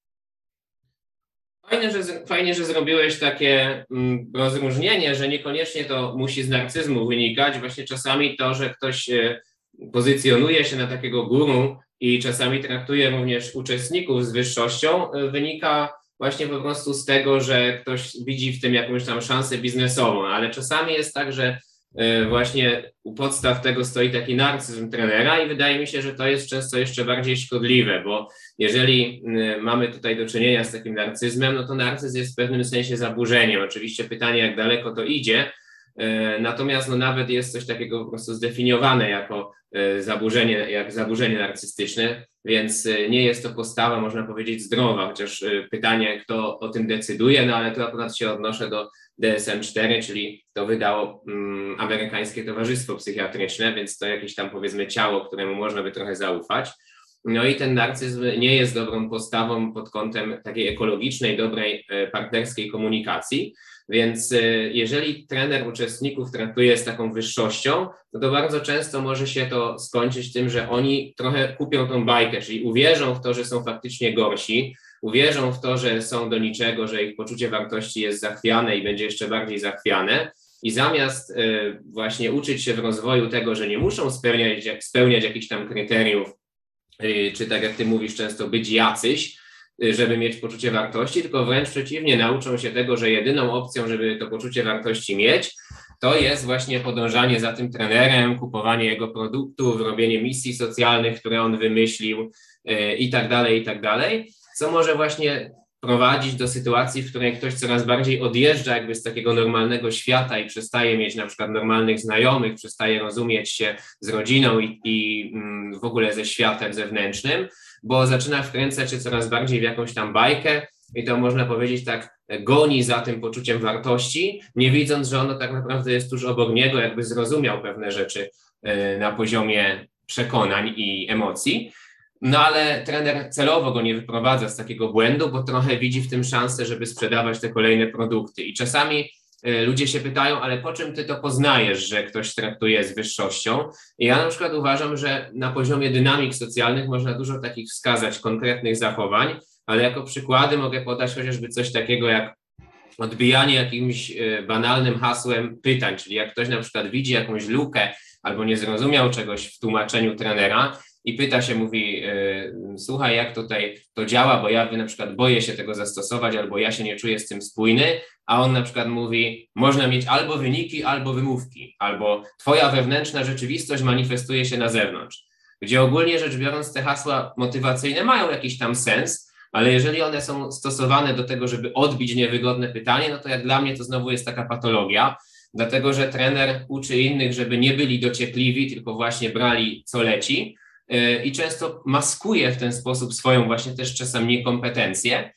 Fajnie, że zrobiłeś takie rozróżnienie, że niekoniecznie to musi z narcyzmu wynikać. Właśnie czasami to, że ktoś pozycjonuje się na takiego guru i czasami traktuje również uczestników z wyższością, wynika właśnie po prostu z tego, że ktoś widzi w tym jakąś tam szansę biznesową, ale czasami jest tak, że właśnie u podstaw tego stoi taki narcyzm trenera i wydaje mi się, że to jest często jeszcze bardziej szkodliwe, bo jeżeli mamy tutaj do czynienia z takim narcyzmem, no to narcyzm jest w pewnym sensie zaburzeniem. Oczywiście pytanie, jak daleko to idzie, natomiast no nawet jest coś takiego po prostu zdefiniowane jako zaburzenie narcystyczne, więc nie jest to postawa, można powiedzieć, zdrowa, chociaż pytanie, kto o tym decyduje, no ale tu akurat się odnoszę do DSM-4, czyli to wydało amerykańskie towarzystwo psychiatryczne, więc to jakieś tam powiedzmy ciało, któremu można by trochę zaufać. No i ten narcyzm nie jest dobrą postawą pod kątem takiej ekologicznej, dobrej partnerskiej komunikacji, więc jeżeli trener uczestników traktuje z taką wyższością, to bardzo często może się to skończyć tym, że oni trochę kupią tą bajkę, czyli uwierzą w to, że są faktycznie gorsi, uwierzą w to, że są do niczego, że ich poczucie wartości jest zachwiane i będzie jeszcze bardziej zachwiane i zamiast właśnie uczyć się w rozwoju tego, że nie muszą spełniać jakichś tam kryteriów, czy tak jak ty mówisz często, być jacyś, żeby mieć poczucie wartości, tylko wręcz przeciwnie, nauczą się tego, że jedyną opcją, żeby to poczucie wartości mieć, to jest właśnie podążanie za tym trenerem, kupowanie jego produktów, robienie misji socjalnych, które on wymyślił i tak dalej, co może właśnie prowadzić do sytuacji, w której ktoś coraz bardziej odjeżdża jakby z takiego normalnego świata i przestaje mieć na przykład normalnych znajomych, przestaje rozumieć się z rodziną i w ogóle ze światem zewnętrznym, bo zaczyna wkręcać się coraz bardziej w jakąś tam bajkę i to można powiedzieć tak goni za tym poczuciem wartości, nie widząc, że ono tak naprawdę jest tuż obok niego, jakby zrozumiał pewne rzeczy na poziomie przekonań i emocji. No ale trener celowo go nie wyprowadza z takiego błędu, bo trochę widzi w tym szansę, żeby sprzedawać te kolejne produkty. I czasami ludzie się pytają, ale po czym ty to poznajesz, że ktoś traktuje z wyższością? I ja na przykład uważam, że na poziomie dynamik socjalnych można dużo takich wskazać konkretnych zachowań, ale jako przykłady mogę podać chociażby coś takiego jak odbijanie jakimś banalnym hasłem pytań, czyli jak ktoś na przykład widzi jakąś lukę albo nie zrozumiał czegoś w tłumaczeniu trenera, i pyta się, mówi, słuchaj, jak tutaj to działa, bo ja na przykład boję się tego zastosować, albo ja się nie czuję z tym spójny, a on na przykład mówi, można mieć albo wyniki, albo wymówki, albo twoja wewnętrzna rzeczywistość manifestuje się na zewnątrz, gdzie ogólnie rzecz biorąc te hasła motywacyjne mają jakiś tam sens, ale jeżeli one są stosowane do tego, żeby odbić niewygodne pytanie, no to jak dla mnie to znowu jest taka patologia, dlatego że trener uczy innych, żeby nie byli dociekliwi, tylko właśnie brali co leci, i często maskuje w ten sposób swoją właśnie też czasem niekompetencję.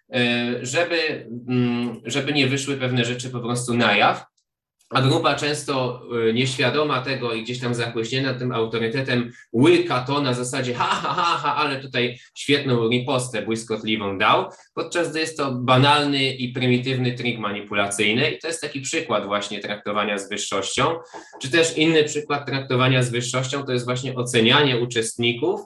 żeby nie wyszły pewne rzeczy po prostu na jaw. A grupa często nieświadoma tego i gdzieś tam zachłyśniona tym autorytetem łyka to na zasadzie ale tutaj świetną ripostę błyskotliwą dał, podczas gdy jest to banalny i prymitywny trik manipulacyjny i to jest taki przykład właśnie traktowania z wyższością, czy też inny przykład traktowania z wyższością to jest właśnie ocenianie uczestników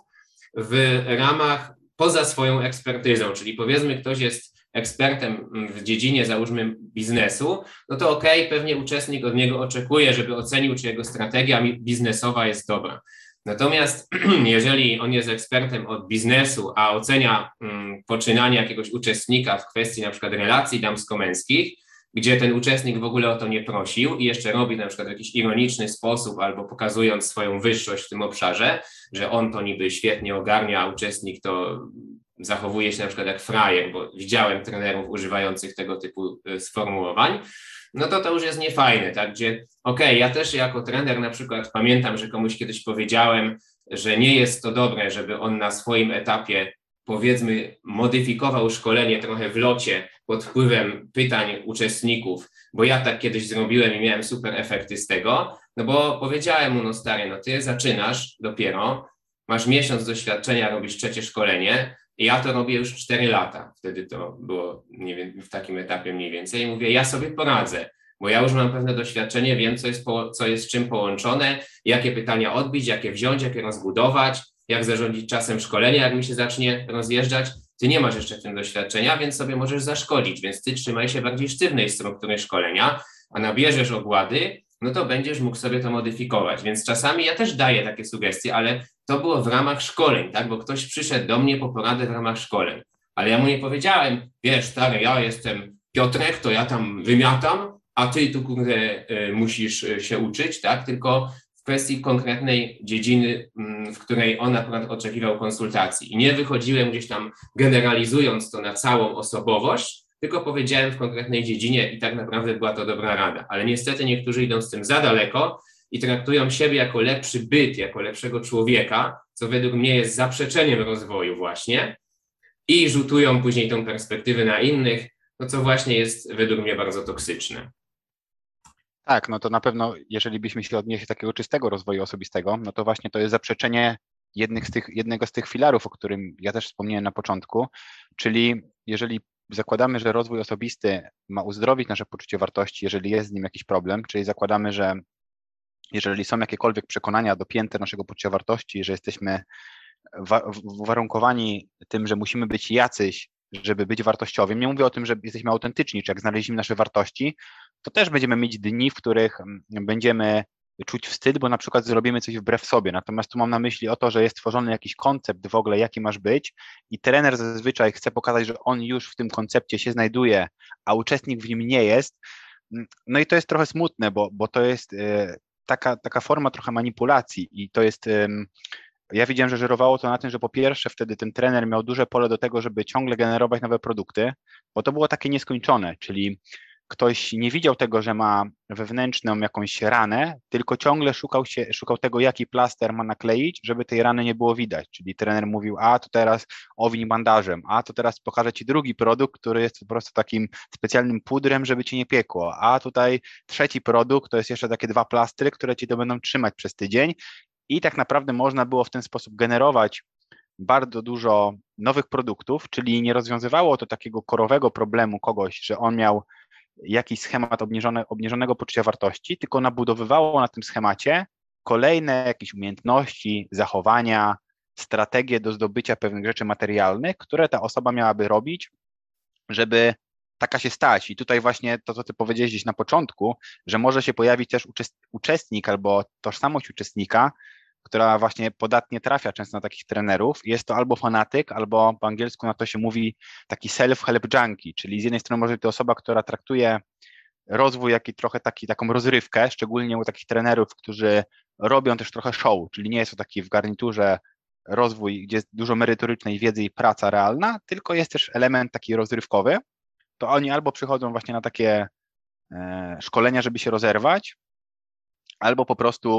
w ramach poza swoją ekspertyzą, czyli powiedzmy ktoś jest ekspertem w dziedzinie, załóżmy, biznesu, no to okej, pewnie uczestnik od niego oczekuje, żeby ocenił, czy jego strategia biznesowa jest dobra. Natomiast jeżeli on jest ekspertem od biznesu, a ocenia poczynania jakiegoś uczestnika w kwestii na przykład relacji damsko-męskich, gdzie ten uczestnik w ogóle o to nie prosił i jeszcze robi na przykład w jakiś ironiczny sposób albo pokazując swoją wyższość w tym obszarze, że on to niby świetnie ogarnia, a uczestnik to zachowuje się na przykład jak frajer, bo widziałem trenerów używających tego typu sformułowań, no to już jest niefajne, tak, gdzie ja też jako trener na przykład pamiętam, że komuś kiedyś powiedziałem, że nie jest to dobre, żeby on na swoim etapie powiedzmy modyfikował szkolenie trochę w locie pod wpływem pytań uczestników, bo ja tak kiedyś zrobiłem i miałem super efekty z tego, no bo powiedziałem mu, no stary, no ty zaczynasz dopiero, masz miesiąc doświadczenia, robisz trzecie szkolenie, i ja to robię już 4 lata, wtedy to było nie wiem, w takim etapie mniej więcej i mówię, ja sobie poradzę, bo ja już mam pewne doświadczenie, wiem co jest z czym połączone, jakie pytania odbić, jakie wziąć, jakie rozbudować, jak zarządzić czasem szkolenia, jak mi się zacznie rozjeżdżać. Ty nie masz jeszcze w tym doświadczenia, więc sobie możesz zaszkodzić, więc ty trzymaj się bardziej sztywnej struktury szkolenia, a nabierzesz ogłady, no to będziesz mógł sobie to modyfikować. Więc czasami ja też daję takie sugestie, ale to było w ramach szkoleń, tak? Bo ktoś przyszedł do mnie po poradę w ramach szkoleń, ale ja mu nie powiedziałem, wiesz, stary, ja jestem Piotrek, to ja tam wymiatam, a ty tu kurde musisz się uczyć, tak? Tylko w kwestii konkretnej dziedziny, w której on akurat oczekiwał konsultacji. I nie wychodziłem gdzieś tam generalizując to na całą osobowość, tylko powiedziałem w konkretnej dziedzinie i tak naprawdę była to dobra rada. Ale niestety niektórzy idą z tym za daleko i traktują siebie jako lepszy byt, jako lepszego człowieka, co według mnie jest zaprzeczeniem rozwoju właśnie i rzutują później tą perspektywę na innych, no co właśnie jest według mnie bardzo toksyczne. Tak, no to na pewno, jeżeli byśmy się odnieśli do takiego czystego rozwoju osobistego, no to właśnie to jest zaprzeczenie jednego z tych filarów, o którym ja też wspomniałem na początku, czyli jeżeli zakładamy, że rozwój osobisty ma uzdrowić nasze poczucie wartości, jeżeli jest z nim jakiś problem, czyli zakładamy, że jeżeli są jakiekolwiek przekonania dopięte naszego poczucia wartości, że jesteśmy uwarunkowani tym, że musimy być jacyś, żeby być wartościowym. Nie mówię o tym, że jesteśmy autentyczni, czy jak znaleźliśmy nasze wartości, to też będziemy mieć dni, w których będziemy czuć wstyd, bo na przykład zrobimy coś wbrew sobie. Natomiast tu mam na myśli o to, że jest tworzony jakiś koncept w ogóle, jaki masz być i trener zazwyczaj chce pokazać, że on już w tym koncepcie się znajduje, a uczestnik w nim nie jest. No i to jest trochę smutne, bo to jest taka forma trochę manipulacji i to jest... Ja widziałem, że żerowało to na tym, że po pierwsze wtedy ten trener miał duże pole do tego, żeby ciągle generować nowe produkty, bo to było takie nieskończone, czyli ktoś nie widział tego, że ma wewnętrzną jakąś ranę, tylko ciągle szukał tego, jaki plaster ma nakleić, żeby tej rany nie było widać. Czyli trener mówił, a to teraz owiń bandażem, a to teraz pokażę ci drugi produkt, który jest po prostu takim specjalnym pudrem, żeby ci nie piekło, a tutaj trzeci produkt to jest jeszcze takie 2 plastry, które ci to będą trzymać przez tydzień. I tak naprawdę można było w ten sposób generować bardzo dużo nowych produktów, czyli nie rozwiązywało to takiego korowego problemu kogoś, że on miał jakiś schemat obniżonego poczucia wartości, tylko nabudowywało na tym schemacie kolejne jakieś umiejętności, zachowania, strategie do zdobycia pewnych rzeczy materialnych, które ta osoba miałaby robić, żeby taka się stać. I tutaj właśnie to, co ty powiedziałeś gdzieś na początku, że może się pojawić też uczestnik albo tożsamość uczestnika, która właśnie podatnie trafia często na takich trenerów. Jest to albo fanatyk, albo po angielsku na to się mówi taki self-help junkie, czyli z jednej strony może to osoba, która traktuje rozwój jak i trochę taką rozrywkę, szczególnie u takich trenerów, którzy robią też trochę show, czyli nie jest to taki w garniturze rozwój, gdzie jest dużo merytorycznej wiedzy i praca realna, tylko jest też element taki rozrywkowy, to oni albo przychodzą właśnie na takie szkolenia, żeby się rozerwać, albo po prostu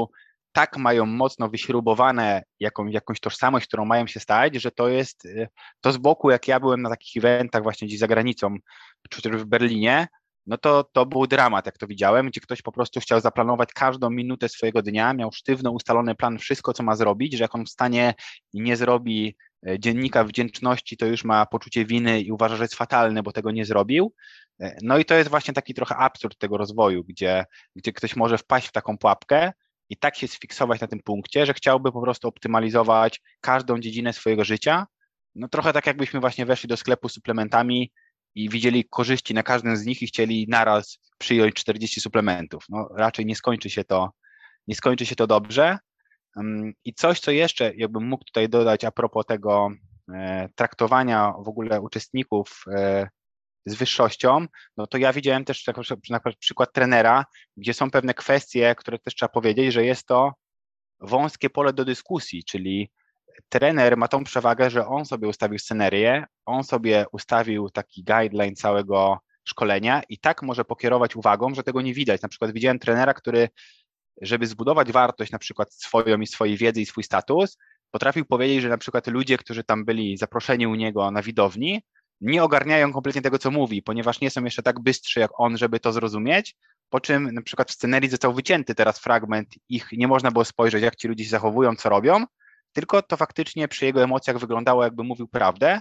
tak mają mocno wyśrubowane jakąś tożsamość, którą mają się stać, że to z boku, jak ja byłem na takich eventach właśnie gdzieś za granicą, czy też w Berlinie, no to był dramat, jak to widziałem, gdzie ktoś po prostu chciał zaplanować każdą minutę swojego dnia, miał sztywno ustalony plan, wszystko, co ma zrobić, że jak on wstanie i nie zrobi dziennika wdzięczności, to już ma poczucie winy i uważa, że jest fatalny, bo tego nie zrobił. No i to jest właśnie taki trochę absurd tego rozwoju, gdzie ktoś może wpaść w taką pułapkę i tak się sfiksować na tym punkcie, że chciałby po prostu optymalizować każdą dziedzinę swojego życia. No trochę tak jakbyśmy właśnie weszli do sklepu z suplementami i widzieli korzyści na każdym z nich i chcieli naraz przyjąć 40 suplementów. No raczej nie skończy się to dobrze. I coś, co jeszcze jakbym mógł tutaj dodać a propos tego traktowania w ogóle uczestników z wyższością, no to ja widziałem też na przykład trenera, gdzie są pewne kwestie, które też trzeba powiedzieć, że jest to wąskie pole do dyskusji, czyli trener ma tą przewagę, że on sobie ustawił scenerię, on sobie ustawił taki guideline całego szkolenia i tak może pokierować uwagą, że tego nie widać. Na przykład widziałem trenera, który, żeby zbudować wartość na przykład swoją i swojej wiedzy i swój status, potrafił powiedzieć, że na przykład ludzie, którzy tam byli zaproszeni u niego na widowni, nie ogarniają kompletnie tego, co mówi, ponieważ nie są jeszcze tak bystrzy jak on, żeby to zrozumieć, po czym na przykład w scenerii został wycięty teraz fragment, ich nie można było spojrzeć, jak ci ludzie się zachowują, co robią, tylko to faktycznie przy jego emocjach wyglądało, jakby mówił prawdę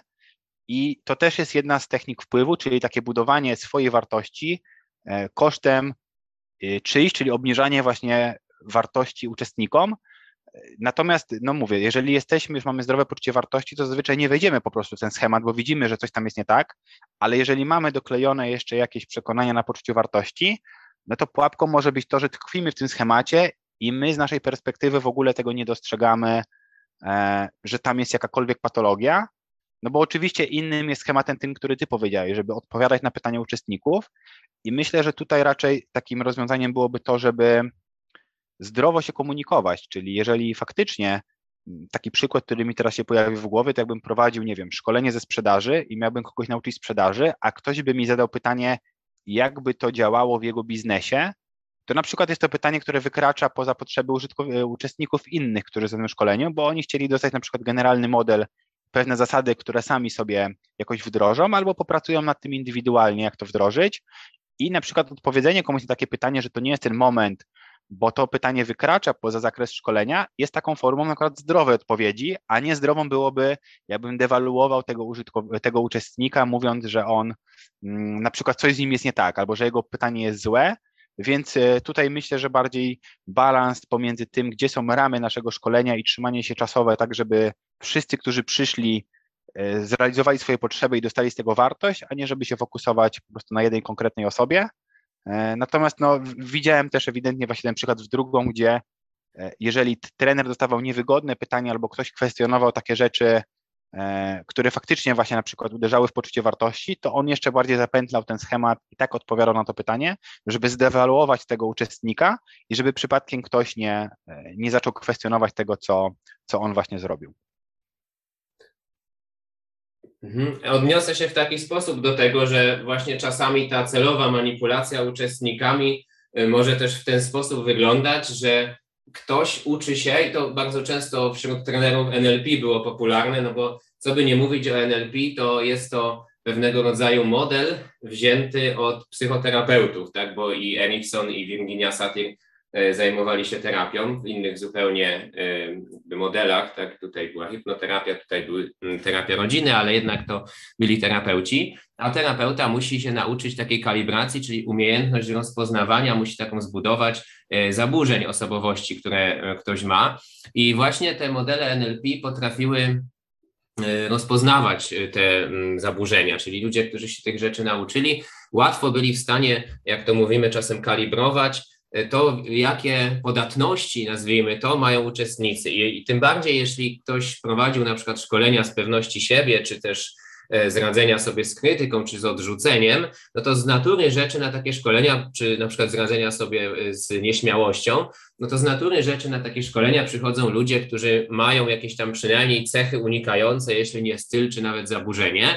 i to też jest jedna z technik wpływu, czyli takie budowanie swojej wartości kosztem czyjś, czyli obniżanie właśnie wartości uczestnikom. Natomiast, no mówię, jeżeli już mamy zdrowe poczucie wartości, to zazwyczaj nie wejdziemy po prostu w ten schemat, bo widzimy, że coś tam jest nie tak, ale jeżeli mamy doklejone jeszcze jakieś przekonania na poczuciu wartości, no to pułapką może być to, że tkwimy w tym schemacie i my z naszej perspektywy w ogóle tego nie dostrzegamy, że tam jest jakakolwiek patologia, no bo oczywiście innym jest schematem tym, który ty powiedziałeś, żeby odpowiadać na pytania uczestników i myślę, że tutaj raczej takim rozwiązaniem byłoby to, żeby zdrowo się komunikować, czyli jeżeli faktycznie taki przykład, który mi teraz się pojawił w głowie, to jakbym prowadził, nie wiem, szkolenie ze sprzedaży i miałbym kogoś nauczyć sprzedaży, a ktoś by mi zadał pytanie, jakby to działało w jego biznesie, to na przykład jest to pytanie, które wykracza poza potrzeby uczestników innych, którzy są w tym szkoleniu, bo oni chcieli dostać na przykład generalny model, pewne zasady, które sami sobie jakoś wdrożą, albo popracują nad tym indywidualnie, jak to wdrożyć i na przykład odpowiedzenie komuś na takie pytanie, że to nie jest ten moment, bo to pytanie wykracza poza zakres szkolenia, jest taką formą na przykład zdrowej odpowiedzi, a nie zdrową byłoby, jakbym dewaluował tego uczestnika, mówiąc, że on na przykład coś z nim jest nie tak, albo że jego pytanie jest złe, więc tutaj myślę, że bardziej balans pomiędzy tym, gdzie są ramy naszego szkolenia i trzymanie się czasowe, tak żeby wszyscy, którzy przyszli, zrealizowali swoje potrzeby i dostali z tego wartość, a nie żeby się fokusować po prostu na jednej konkretnej osobie. Natomiast no, widziałem też ewidentnie właśnie ten przykład w drugą, gdzie jeżeli trener dostawał niewygodne pytania albo ktoś kwestionował takie rzeczy, które faktycznie właśnie na przykład uderzały w poczucie wartości, to on jeszcze bardziej zapętlał ten schemat i tak odpowiadał na to pytanie, żeby zdewaluować tego uczestnika i żeby przypadkiem ktoś nie zaczął kwestionować tego, co on właśnie zrobił. Odniosę się w taki sposób do tego, że właśnie czasami ta celowa manipulacja uczestnikami może też w ten sposób wyglądać, że ktoś uczy się i to bardzo często wśród trenerów NLP było popularne, no bo co by nie mówić o NLP, to jest to pewnego rodzaju model wzięty od psychoterapeutów, tak, bo i Erikson i Virginia Satir zajmowali się terapią w innych zupełnie modelach, tak, tutaj była hipnoterapia, tutaj była terapia rodziny, ale jednak to byli terapeuci, a terapeuta musi się nauczyć takiej kalibracji, czyli umiejętność rozpoznawania, musi taką zbudować zaburzeń osobowości, które ktoś ma i właśnie te modele NLP potrafiły rozpoznawać te zaburzenia, czyli ludzie, którzy się tych rzeczy nauczyli, łatwo byli w stanie, jak to mówimy czasem, kalibrować to, jakie podatności, nazwijmy to, mają uczestnicy. I tym bardziej, jeśli ktoś prowadził na przykład szkolenia z pewności siebie, czy też z radzenia sobie z krytyką, czy z odrzuceniem, no to z natury rzeczy na takie szkolenia, czy na przykład z radzenia sobie z nieśmiałością, no to z natury rzeczy na takie szkolenia przychodzą ludzie, którzy mają jakieś tam przynajmniej cechy unikające, jeśli nie styl, czy nawet zaburzenie.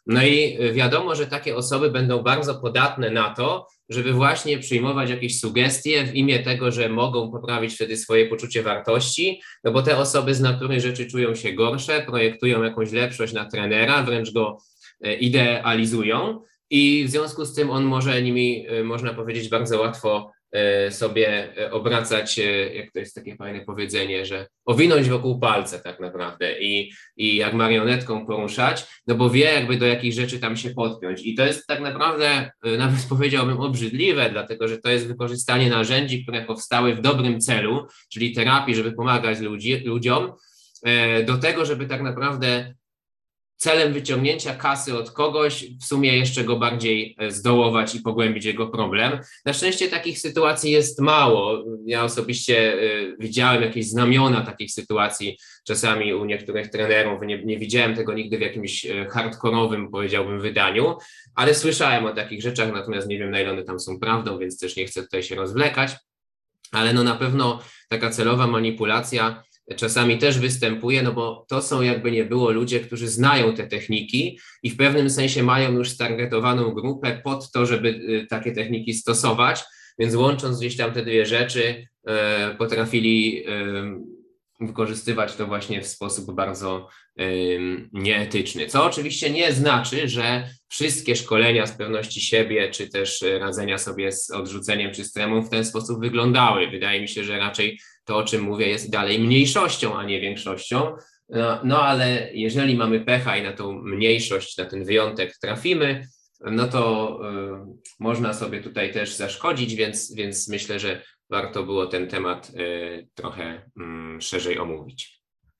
No i wiadomo, że takie osoby będą bardzo podatne na to, żeby właśnie przyjmować jakieś sugestie w imię tego, że mogą poprawić wtedy swoje poczucie wartości, no bo te osoby z natury rzeczy czują się gorsze, projektują jakąś lepszość na trenera, wręcz go idealizują i w związku z tym on może nimi, można powiedzieć, bardzo łatwo sobie obracać, jak to jest takie fajne powiedzenie, że owinąć wokół palca tak naprawdę i jak marionetką poruszać, no bo wie jakby do jakich rzeczy tam się podpiąć. I to jest tak naprawdę, nawet powiedziałbym, obrzydliwe, dlatego że to jest wykorzystanie narzędzi, które powstały w dobrym celu, czyli terapii, żeby pomagać ludziom, do tego, żeby tak naprawdę celem wyciągnięcia kasy od kogoś w sumie jeszcze go bardziej zdołować i pogłębić jego problem. Na szczęście takich sytuacji jest mało. Ja osobiście widziałem jakieś znamiona takich sytuacji czasami u niektórych trenerów. Nie widziałem tego nigdy w jakimś hardkorowym, powiedziałbym, wydaniu, ale słyszałem o takich rzeczach, natomiast nie wiem, na ile one tam są prawdą, więc też nie chcę tutaj się rozwlekać, ale no na pewno taka celowa manipulacja czasami też występuje, no bo to są jakby nie było ludzie, którzy znają te techniki i w pewnym sensie mają już stargetowaną grupę pod to, żeby takie techniki stosować, więc łącząc gdzieś tam te dwie rzeczy potrafili wykorzystywać to właśnie w sposób bardzo nieetyczny, co oczywiście nie znaczy, że wszystkie szkolenia z pewności siebie, czy też radzenia sobie z odrzuceniem czy z tremą w ten sposób wyglądały. Wydaje mi się, że raczej to, o czym mówię, jest dalej mniejszością, a nie większością. No ale jeżeli mamy pecha i na tą mniejszość, na ten wyjątek trafimy, no to można sobie tutaj też zaszkodzić, więc myślę, że warto było ten temat trochę szerzej omówić.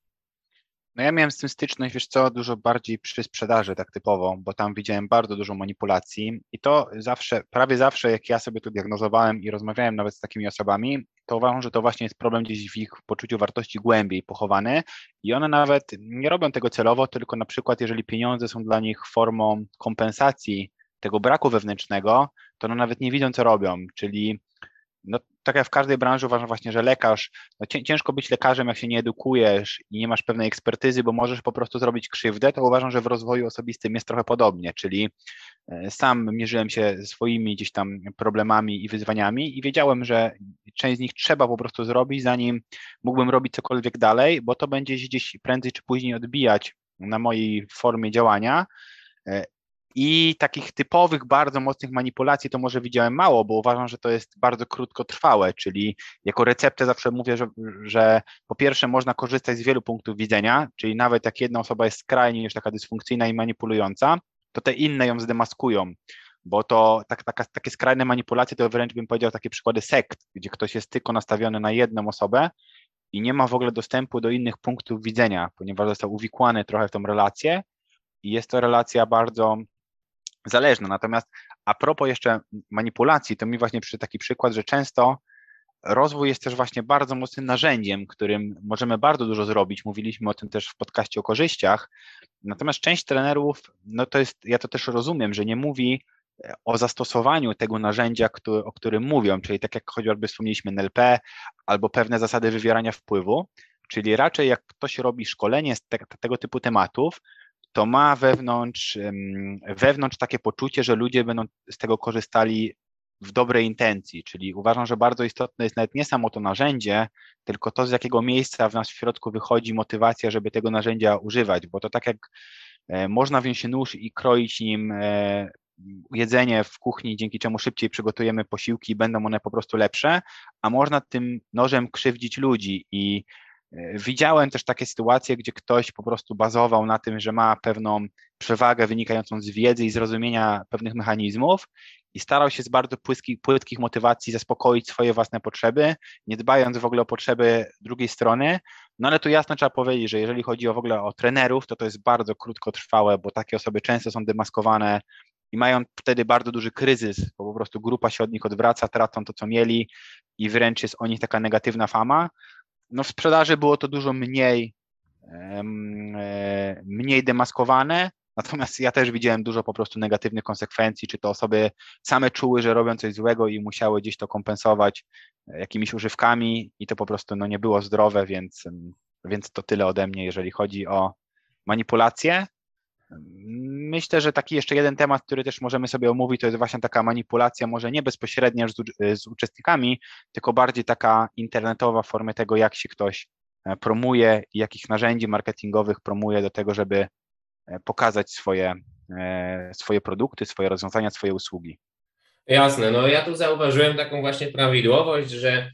No ja miałem z tym styczność, wiesz co, dużo bardziej przy sprzedaży tak typowo, bo tam widziałem bardzo dużo manipulacji i to zawsze, prawie zawsze jak ja sobie to diagnozowałem i rozmawiałem nawet z takimi osobami, to uważam, że to właśnie jest problem gdzieś w ich poczuciu wartości głębiej pochowany i one nawet nie robią tego celowo, tylko na przykład jeżeli pieniądze są dla nich formą kompensacji tego braku wewnętrznego, to one nawet nie widzą, co robią, czyli no, tak jak w każdej branży uważam właśnie, że lekarz, no ciężko być lekarzem, jak się nie edukujesz i nie masz pewnej ekspertyzy, bo możesz po prostu zrobić krzywdę, to uważam, że w rozwoju osobistym jest trochę podobnie, czyli sam mierzyłem się ze swoimi gdzieś tam problemami i wyzwaniami i wiedziałem, że część z nich trzeba po prostu zrobić, zanim mógłbym robić cokolwiek dalej, bo to będzie się gdzieś prędzej czy później odbijać na mojej formie działania. I takich typowych, bardzo mocnych manipulacji to może widziałem mało, bo uważam, że to jest bardzo krótkotrwałe, czyli jako receptę zawsze mówię, że po pierwsze można korzystać z wielu punktów widzenia, czyli nawet jak jedna osoba jest skrajnie już taka dysfunkcyjna i manipulująca, to te inne ją zdemaskują, bo to takie skrajne manipulacje to wręcz bym powiedział takie przykłady sekt, gdzie ktoś jest tylko nastawiony na jedną osobę i nie ma w ogóle dostępu do innych punktów widzenia, ponieważ został uwikłany trochę w tą relację i jest to relacja bardzo zależna. Natomiast a propos jeszcze manipulacji, to mi właśnie przyszedł taki przykład, że często rozwój jest też właśnie bardzo mocnym narzędziem, którym możemy bardzo dużo zrobić. Mówiliśmy o tym też w podcaście o korzyściach. Natomiast część trenerów, no to jest, ja to też rozumiem, że nie mówi o zastosowaniu tego narzędzia, o którym mówią, czyli tak jak choćby wspomnieliśmy NLP albo pewne zasady wywierania wpływu, czyli raczej jak ktoś robi szkolenie z tego typu tematów, to ma wewnątrz takie poczucie, że ludzie będą z tego korzystali w dobrej intencji, czyli uważam, że bardzo istotne jest nawet nie samo to narzędzie, tylko to, z jakiego miejsca w nas w środku wychodzi motywacja, żeby tego narzędzia używać, bo to tak jak można wziąć nóż i kroić nim jedzenie w kuchni, dzięki czemu szybciej przygotujemy posiłki i będą one po prostu lepsze, a można tym nożem krzywdzić ludzi i widziałem też takie sytuacje, gdzie ktoś po prostu bazował na tym, że ma pewną przewagę wynikającą z wiedzy i zrozumienia pewnych mechanizmów i starał się z bardzo płytkich motywacji zaspokoić swoje własne potrzeby, nie dbając w ogóle o potrzeby drugiej strony. No ale tu jasno trzeba powiedzieć, że jeżeli chodzi w ogóle o trenerów, to jest bardzo krótkotrwałe, bo takie osoby często są demaskowane i mają wtedy bardzo duży kryzys, bo po prostu grupa się od nich odwraca, tracą to, co mieli i wręcz jest o nich taka negatywna fama. No w sprzedaży było to dużo mniej demaskowane, natomiast ja też widziałem dużo po prostu negatywnych konsekwencji, czy to osoby same czuły, że robią coś złego i musiały gdzieś to kompensować jakimiś używkami i to po prostu no, nie było zdrowe, więc to tyle ode mnie, jeżeli chodzi o manipulację. myślę, że taki jeszcze jeden temat, który też możemy sobie omówić, to jest właśnie taka manipulacja, może nie bezpośrednia z uczestnikami, tylko bardziej taka internetowa w formie tego, jak się ktoś promuje i jakich narzędzi marketingowych promuje do tego, żeby pokazać swoje produkty, swoje rozwiązania, swoje usługi. Jasne, no ja tu zauważyłem taką właśnie prawidłowość, że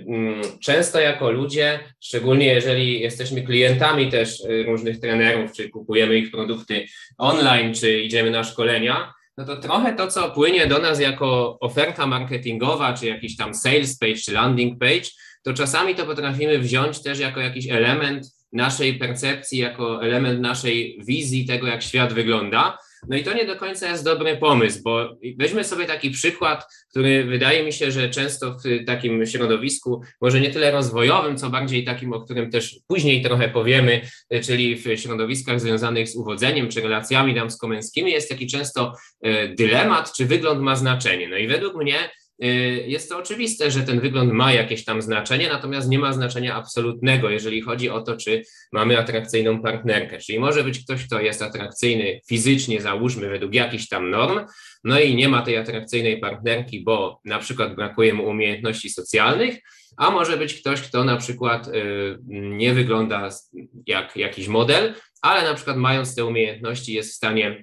często jako ludzie, szczególnie jeżeli jesteśmy klientami też różnych trenerów, czy kupujemy ich produkty online, czy idziemy na szkolenia, no to trochę to, co płynie do nas jako oferta marketingowa, czy jakiś tam sales page, czy landing page, to czasami to potrafimy wziąć też jako jakiś element naszej percepcji, jako element naszej wizji tego, jak świat wygląda. No i to nie do końca jest dobry pomysł, bo weźmy sobie taki przykład, który wydaje mi się, że często w takim środowisku, może nie tyle rozwojowym, co bardziej takim, o którym też później trochę powiemy, czyli w środowiskach związanych z uwodzeniem czy relacjami damsko-męskimi jest taki często dylemat, czy wygląd ma znaczenie. No i według mnie jest to oczywiste, że ten wygląd ma jakieś tam znaczenie, natomiast nie ma znaczenia absolutnego, jeżeli chodzi o to, czy mamy atrakcyjną partnerkę. Czyli może być ktoś, kto jest atrakcyjny fizycznie, załóżmy, według jakichś tam norm, no i nie ma tej atrakcyjnej partnerki, bo na przykład brakuje mu umiejętności socjalnych, a może być ktoś, kto na przykład nie wygląda jak jakiś model, ale na przykład mając te umiejętności jest w stanie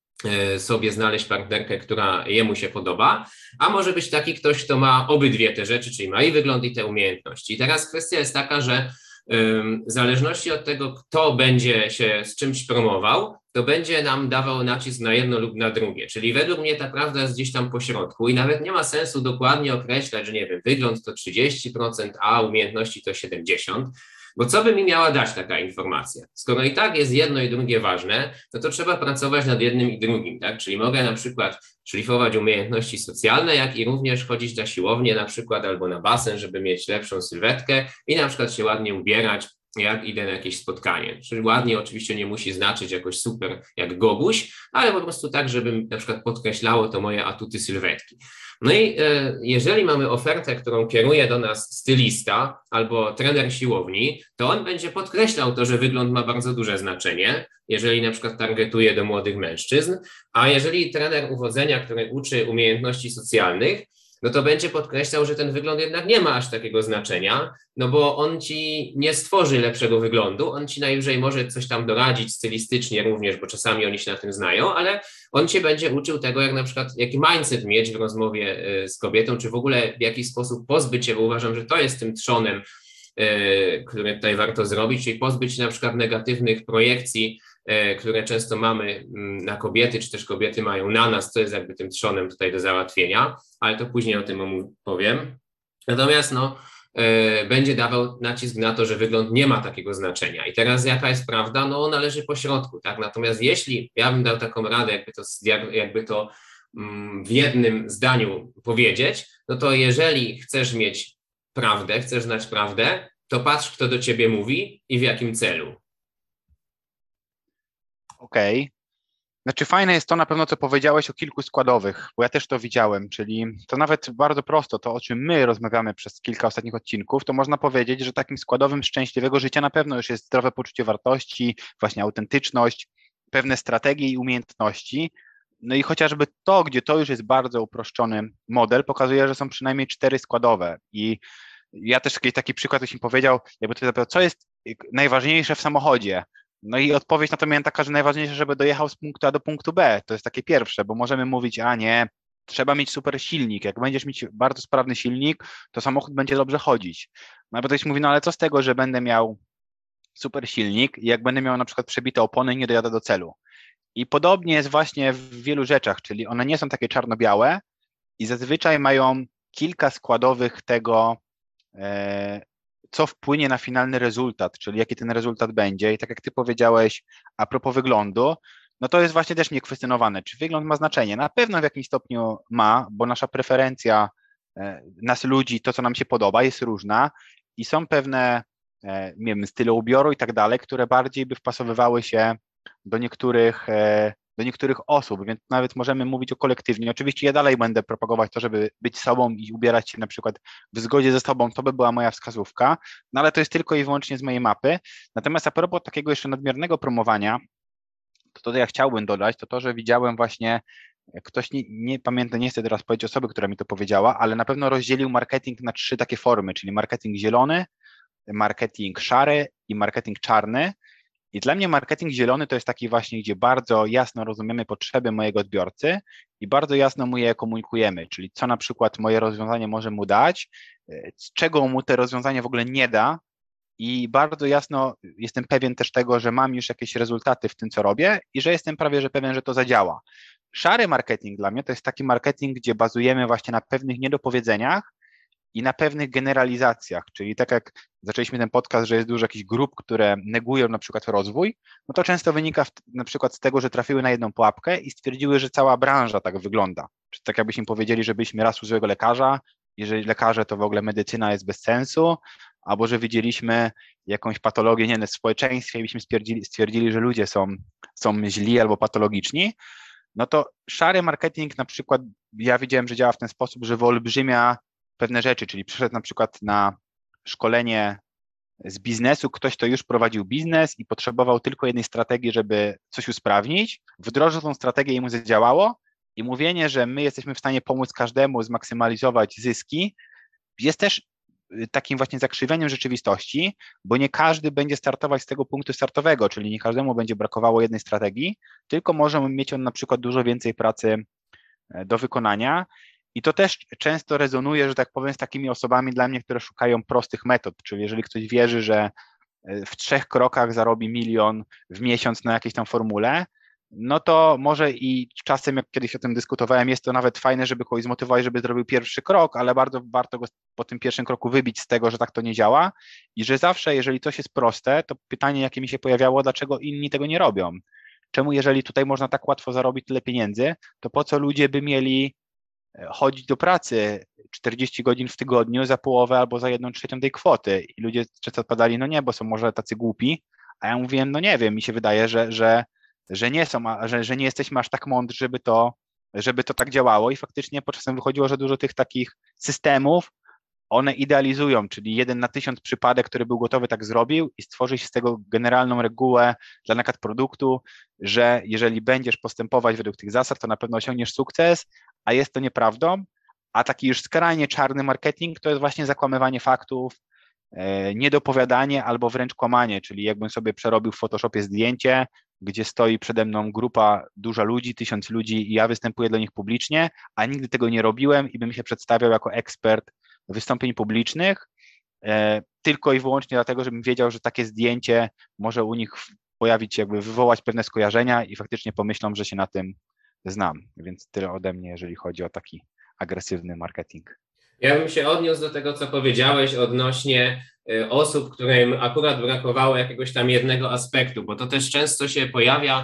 sobie znaleźć partnerkę, która jemu się podoba, a może być taki ktoś, kto ma obydwie te rzeczy, czyli ma i wygląd, i te umiejętności. I teraz kwestia jest taka, że w zależności od tego, kto będzie się z czymś promował, to będzie nam dawał nacisk na jedno lub na drugie. Czyli według mnie ta prawda jest gdzieś tam po środku i nawet nie ma sensu dokładnie określać, że nie wiem, wygląd to 30%, a umiejętności to 70%. Bo co by mi miała dać taka informacja? Skoro i tak jest jedno i drugie ważne, no to trzeba pracować nad jednym i drugim, tak? Czyli mogę na przykład szlifować umiejętności socjalne, jak i również chodzić na siłownię na przykład albo na basen, żeby mieć lepszą sylwetkę i na przykład się ładnie ubierać, jak idę na jakieś spotkanie. Czyli ładnie oczywiście nie musi znaczyć jakoś super jak Goguś, ale po prostu tak, żeby na przykład podkreślało to moje atuty sylwetki. No i jeżeli mamy ofertę, którą kieruje do nas stylista albo trener siłowni, to on będzie podkreślał to, że wygląd ma bardzo duże znaczenie, jeżeli na przykład targetuje do młodych mężczyzn, a jeżeli trener uwodzenia, który uczy umiejętności socjalnych, no to będzie podkreślał, że ten wygląd jednak nie ma aż takiego znaczenia, no bo on ci nie stworzy lepszego wyglądu, on ci najwyżej może coś tam doradzić stylistycznie również, bo czasami oni się na tym znają, ale on cię będzie uczył tego, jak na przykład, jaki mindset mieć w rozmowie z kobietą, czy w ogóle w jakiś sposób pozbyć się, bo uważam, że to jest tym trzonem, które tutaj warto zrobić, czyli pozbyć się na przykład negatywnych projekcji, które często mamy na kobiety, czy też kobiety mają na nas, co jest jakby tym trzonem tutaj do załatwienia, ale to później o tym powiem. Natomiast będzie dawał nacisk na to, że wygląd nie ma takiego znaczenia. I teraz jaka jest prawda? No ona leży po środku, tak? Natomiast jeśli ja bym dał taką radę, jakby to w jednym zdaniu powiedzieć, no to jeżeli chcesz mieć prawdę, chcesz znać prawdę, to patrz, kto do ciebie mówi i w jakim celu. Okej. Znaczy fajne jest to na pewno, co powiedziałeś o kilku składowych, bo ja też to widziałem, czyli to nawet bardzo prosto, to o czym my rozmawiamy przez kilka ostatnich odcinków, to można powiedzieć, że takim składowym szczęśliwego życia na pewno już jest zdrowe poczucie wartości, właśnie autentyczność, pewne strategie i umiejętności. No i chociażby to, gdzie to już jest bardzo uproszczony model, pokazuje, że są przynajmniej 4 składowe. I ja też taki przykład już mi powiedział, jakby to zapytał, co jest najważniejsze w samochodzie? No i odpowiedź na to miałem taka, że najważniejsze, żeby dojechał z punktu A do punktu B. To jest takie pierwsze, bo możemy mówić, a nie, trzeba mieć super silnik. Jak będziesz mieć bardzo sprawny silnik, to samochód będzie dobrze chodzić. No bo ktoś mówi, no ale co z tego, że będę miał super silnik i jak będę miał na przykład przebite opony i nie dojadę do celu. I podobnie jest właśnie w wielu rzeczach, czyli one nie są takie czarno-białe i zazwyczaj mają kilka składowych tego, co wpłynie na finalny rezultat, czyli jaki ten rezultat będzie. I tak jak ty powiedziałeś a propos wyglądu, no to jest właśnie też niekwestionowane. Czy wygląd ma znaczenie? Na pewno w jakimś stopniu ma, bo nasza preferencja nas ludzi, to co nam się podoba jest różna i są pewne, nie wiem, style ubioru i tak dalej, które bardziej by wpasowywały się do niektórych osób, więc nawet możemy mówić o kolektywnie. Oczywiście ja dalej będę propagować to, żeby być sobą i ubierać się na przykład w zgodzie ze sobą, to by była moja wskazówka, no ale to jest tylko i wyłącznie z mojej mapy. Natomiast a propos takiego jeszcze nadmiernego promowania, to ja chciałbym dodać, to, że widziałem właśnie, ktoś nie pamiętam, nie chcę teraz powiedzieć osoby, która mi to powiedziała, ale na pewno rozdzielił marketing na 3 takie formy, czyli marketing zielony, marketing szary i marketing czarny. I dla mnie marketing zielony to jest taki właśnie, gdzie bardzo jasno rozumiemy potrzeby mojego odbiorcy i bardzo jasno mu je komunikujemy, czyli co na przykład moje rozwiązanie może mu dać, z czego mu te rozwiązanie w ogóle nie da i bardzo jasno jestem pewien też tego, że mam już jakieś rezultaty w tym, co robię i że jestem prawie że pewien, że to zadziała. Szary marketing dla mnie to jest taki marketing, gdzie bazujemy właśnie na pewnych niedopowiedzeniach i na pewnych generalizacjach, czyli tak jak zaczęliśmy ten podcast, że jest dużo jakichś grup, które negują na przykład rozwój, no to często wynika na przykład z tego, że trafiły na jedną pułapkę i stwierdziły, że cała branża tak wygląda. Czy tak jakbyśmy powiedzieli, że byliśmy raz u złego lekarza, jeżeli lekarze to w ogóle medycyna jest bez sensu, albo że widzieliśmy jakąś patologię nie, w społeczeństwie i byśmy stwierdzili, że ludzie są źli albo patologiczni, no to szary marketing na przykład ja widziałem, że działa w ten sposób, że wyolbrzymia pewne rzeczy, czyli przyszedł na przykład na szkolenie z biznesu, ktoś, kto już prowadził biznes i potrzebował tylko jednej strategii, żeby coś usprawnić, wdrożył tą strategię i mu zadziałało i mówienie, że my jesteśmy w stanie pomóc każdemu zmaksymalizować zyski, jest też takim właśnie zakrzywieniem rzeczywistości, bo nie każdy będzie startować z tego punktu startowego, czyli nie każdemu będzie brakowało jednej strategii, tylko może mieć on na przykład dużo więcej pracy do wykonania. I to też często rezonuje, że tak powiem, z takimi osobami dla mnie, które szukają prostych metod, czyli jeżeli ktoś wierzy, że w 3 krokach zarobi 1 000 000 w miesiąc na jakiejś tam formule, no to może i czasem, jak kiedyś o tym dyskutowałem, jest to nawet fajne, żeby kogoś zmotywować, żeby zrobił pierwszy krok, ale bardzo warto go po tym pierwszym kroku wybić z tego, że tak to nie działa i że zawsze, jeżeli coś jest proste, to pytanie, jakie mi się pojawiało, dlaczego inni tego nie robią? Czemu, jeżeli tutaj można tak łatwo zarobić tyle pieniędzy, to po co ludzie by mieli chodzić do pracy 40 godzin w tygodniu za połowę albo za 1/3 tej kwoty? I ludzie często odpadali, no nie, bo są może tacy głupi, a ja mówiłem, no nie wiem, mi się wydaje, że nie są, że nie jesteśmy aż tak mądrzy, żeby to tak działało i faktycznie czasem wychodziło, że dużo tych takich systemów, one idealizują, czyli 1 na 1000 przypadek, który był gotowy, tak zrobił i stworzyć z tego generalną regułę dla nakład produktu, że jeżeli będziesz postępować według tych zasad, to na pewno osiągniesz sukces, a jest to nieprawdą, a taki już skrajnie czarny marketing to jest właśnie zakłamywanie faktów, niedopowiadanie albo wręcz kłamanie, czyli jakbym sobie przerobił w Photoshopie zdjęcie, gdzie stoi przede mną grupa, duża ludzi, 1000 ludzi i ja występuję dla nich publicznie, a nigdy tego nie robiłem i bym się przedstawiał jako ekspert wystąpień publicznych, tylko i wyłącznie dlatego, żebym wiedział, że takie zdjęcie może u nich pojawić, jakby wywołać pewne skojarzenia i faktycznie pomyślą, że się na tym znam. Więc tyle ode mnie, jeżeli chodzi o taki agresywny marketing. Ja bym się odniósł do tego, co powiedziałeś odnośnie osób, którym akurat brakowało jakiegoś tam jednego aspektu, bo to też często się pojawia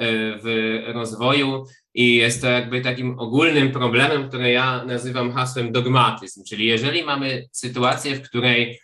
w rozwoju i jest to jakby takim ogólnym problemem, który ja nazywam hasłem dogmatyzm, czyli jeżeli mamy sytuację, w której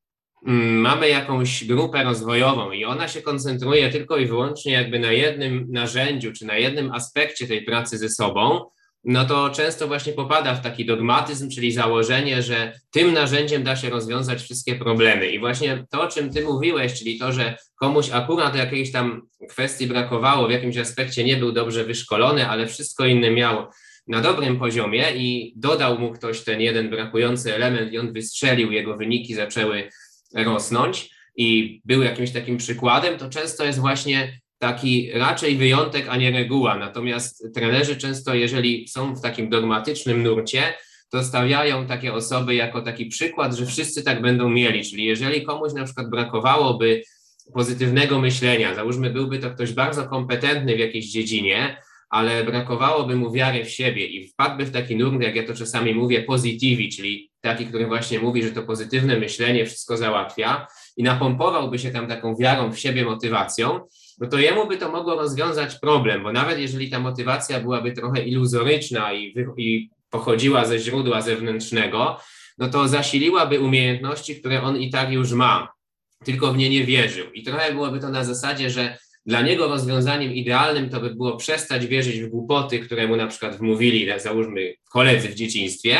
mamy jakąś grupę rozwojową i ona się koncentruje tylko i wyłącznie jakby na jednym narzędziu czy na jednym aspekcie tej pracy ze sobą, no to często właśnie popada w taki dogmatyzm, czyli założenie, że tym narzędziem da się rozwiązać wszystkie problemy. I właśnie to, o czym ty mówiłeś, czyli to, że komuś akurat jakiejś tam kwestii brakowało, w jakimś aspekcie nie był dobrze wyszkolony, ale wszystko inne miał na dobrym poziomie i dodał mu ktoś ten jeden brakujący element i on wystrzelił, jego wyniki zaczęły rosnąć i był jakimś takim przykładem, to często jest właśnie taki raczej wyjątek, a nie reguła. Natomiast trenerzy często, jeżeli są w takim dogmatycznym nurcie, to stawiają takie osoby jako taki przykład, że wszyscy tak będą mieli. Czyli jeżeli komuś na przykład brakowałoby pozytywnego myślenia, załóżmy byłby to ktoś bardzo kompetentny w jakiejś dziedzinie, ale brakowałoby mu wiary w siebie i wpadłby w taki nurt, jak ja to czasami mówię, positivi, czyli taki, który właśnie mówi, że to pozytywne myślenie wszystko załatwia i napompowałby się tam taką wiarą w siebie, motywacją, no to jemu by to mogło rozwiązać problem, bo nawet jeżeli ta motywacja byłaby trochę iluzoryczna i pochodziła ze źródła zewnętrznego, no to zasiliłaby umiejętności, które on i tak już ma, tylko w nie nie wierzył. I trochę byłoby to na zasadzie, że dla niego rozwiązaniem idealnym to by było przestać wierzyć w głupoty, które mu na przykład wmówili, załóżmy, koledzy w dzieciństwie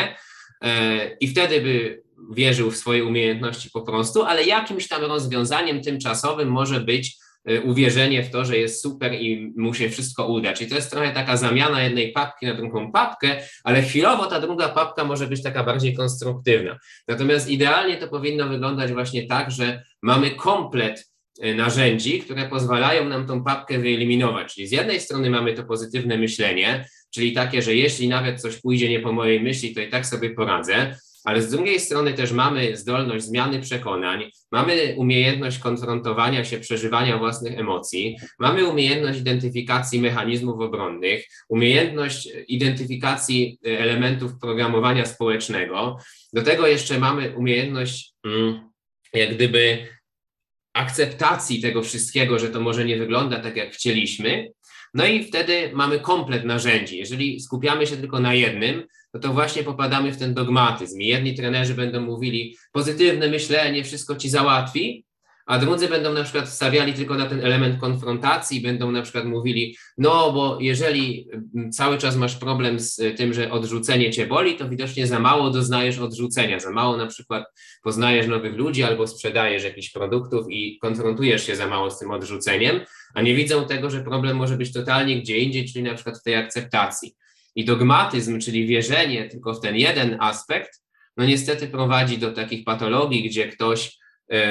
i wtedy by wierzył w swoje umiejętności po prostu, ale jakimś tam rozwiązaniem tymczasowym może być uwierzenie w to, że jest super i mu się wszystko uda. Czyli to jest trochę taka zamiana jednej papki na drugą papkę, ale chwilowo ta druga papka może być taka bardziej konstruktywna. Natomiast idealnie to powinno wyglądać właśnie tak, że mamy komplet narzędzi, które pozwalają nam tą papkę wyeliminować. Czyli z jednej strony mamy to pozytywne myślenie, czyli takie, że jeśli nawet coś pójdzie nie po mojej myśli, to i tak sobie poradzę, ale z drugiej strony też mamy zdolność zmiany przekonań, mamy umiejętność konfrontowania się, przeżywania własnych emocji, mamy umiejętność identyfikacji mechanizmów obronnych, umiejętność identyfikacji elementów programowania społecznego. Do tego jeszcze mamy umiejętność jak gdyby akceptacji tego wszystkiego, że to może nie wygląda tak, jak chcieliśmy. No i wtedy mamy komplet narzędzi. Jeżeli skupiamy się tylko na jednym, no to właśnie popadamy w ten dogmatyzm. I jedni trenerzy będą mówili pozytywne myślenie, wszystko ci załatwi, a drudzy będą na przykład stawiali tylko na ten element konfrontacji, będą na przykład mówili, no bo jeżeli cały czas masz problem z tym, że odrzucenie cię boli, to widocznie za mało doznajesz odrzucenia, za mało na przykład poznajesz nowych ludzi albo sprzedajesz jakichś produktów i konfrontujesz się za mało z tym odrzuceniem, a nie widzą tego, że problem może być totalnie gdzie indziej, czyli na przykład w tej akceptacji. I dogmatyzm, czyli wierzenie tylko w ten jeden aspekt, no niestety prowadzi do takich patologii, gdzie ktoś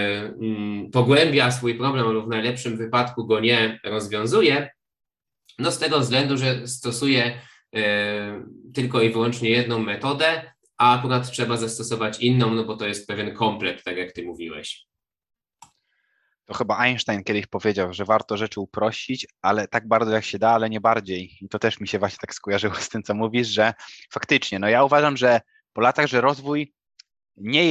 pogłębia swój problem lub w najlepszym wypadku go nie rozwiązuje, no z tego względu, że stosuje tylko i wyłącznie jedną metodę, a akurat trzeba zastosować inną, no bo to jest pewien komplet, tak jak ty mówiłeś. To chyba Einstein kiedyś powiedział, że warto rzeczy uprościć, ale tak bardzo jak się da, ale nie bardziej. I to też mi się właśnie tak skojarzyło z tym, co mówisz, że faktycznie, no ja uważam, że po latach, że rozwój nie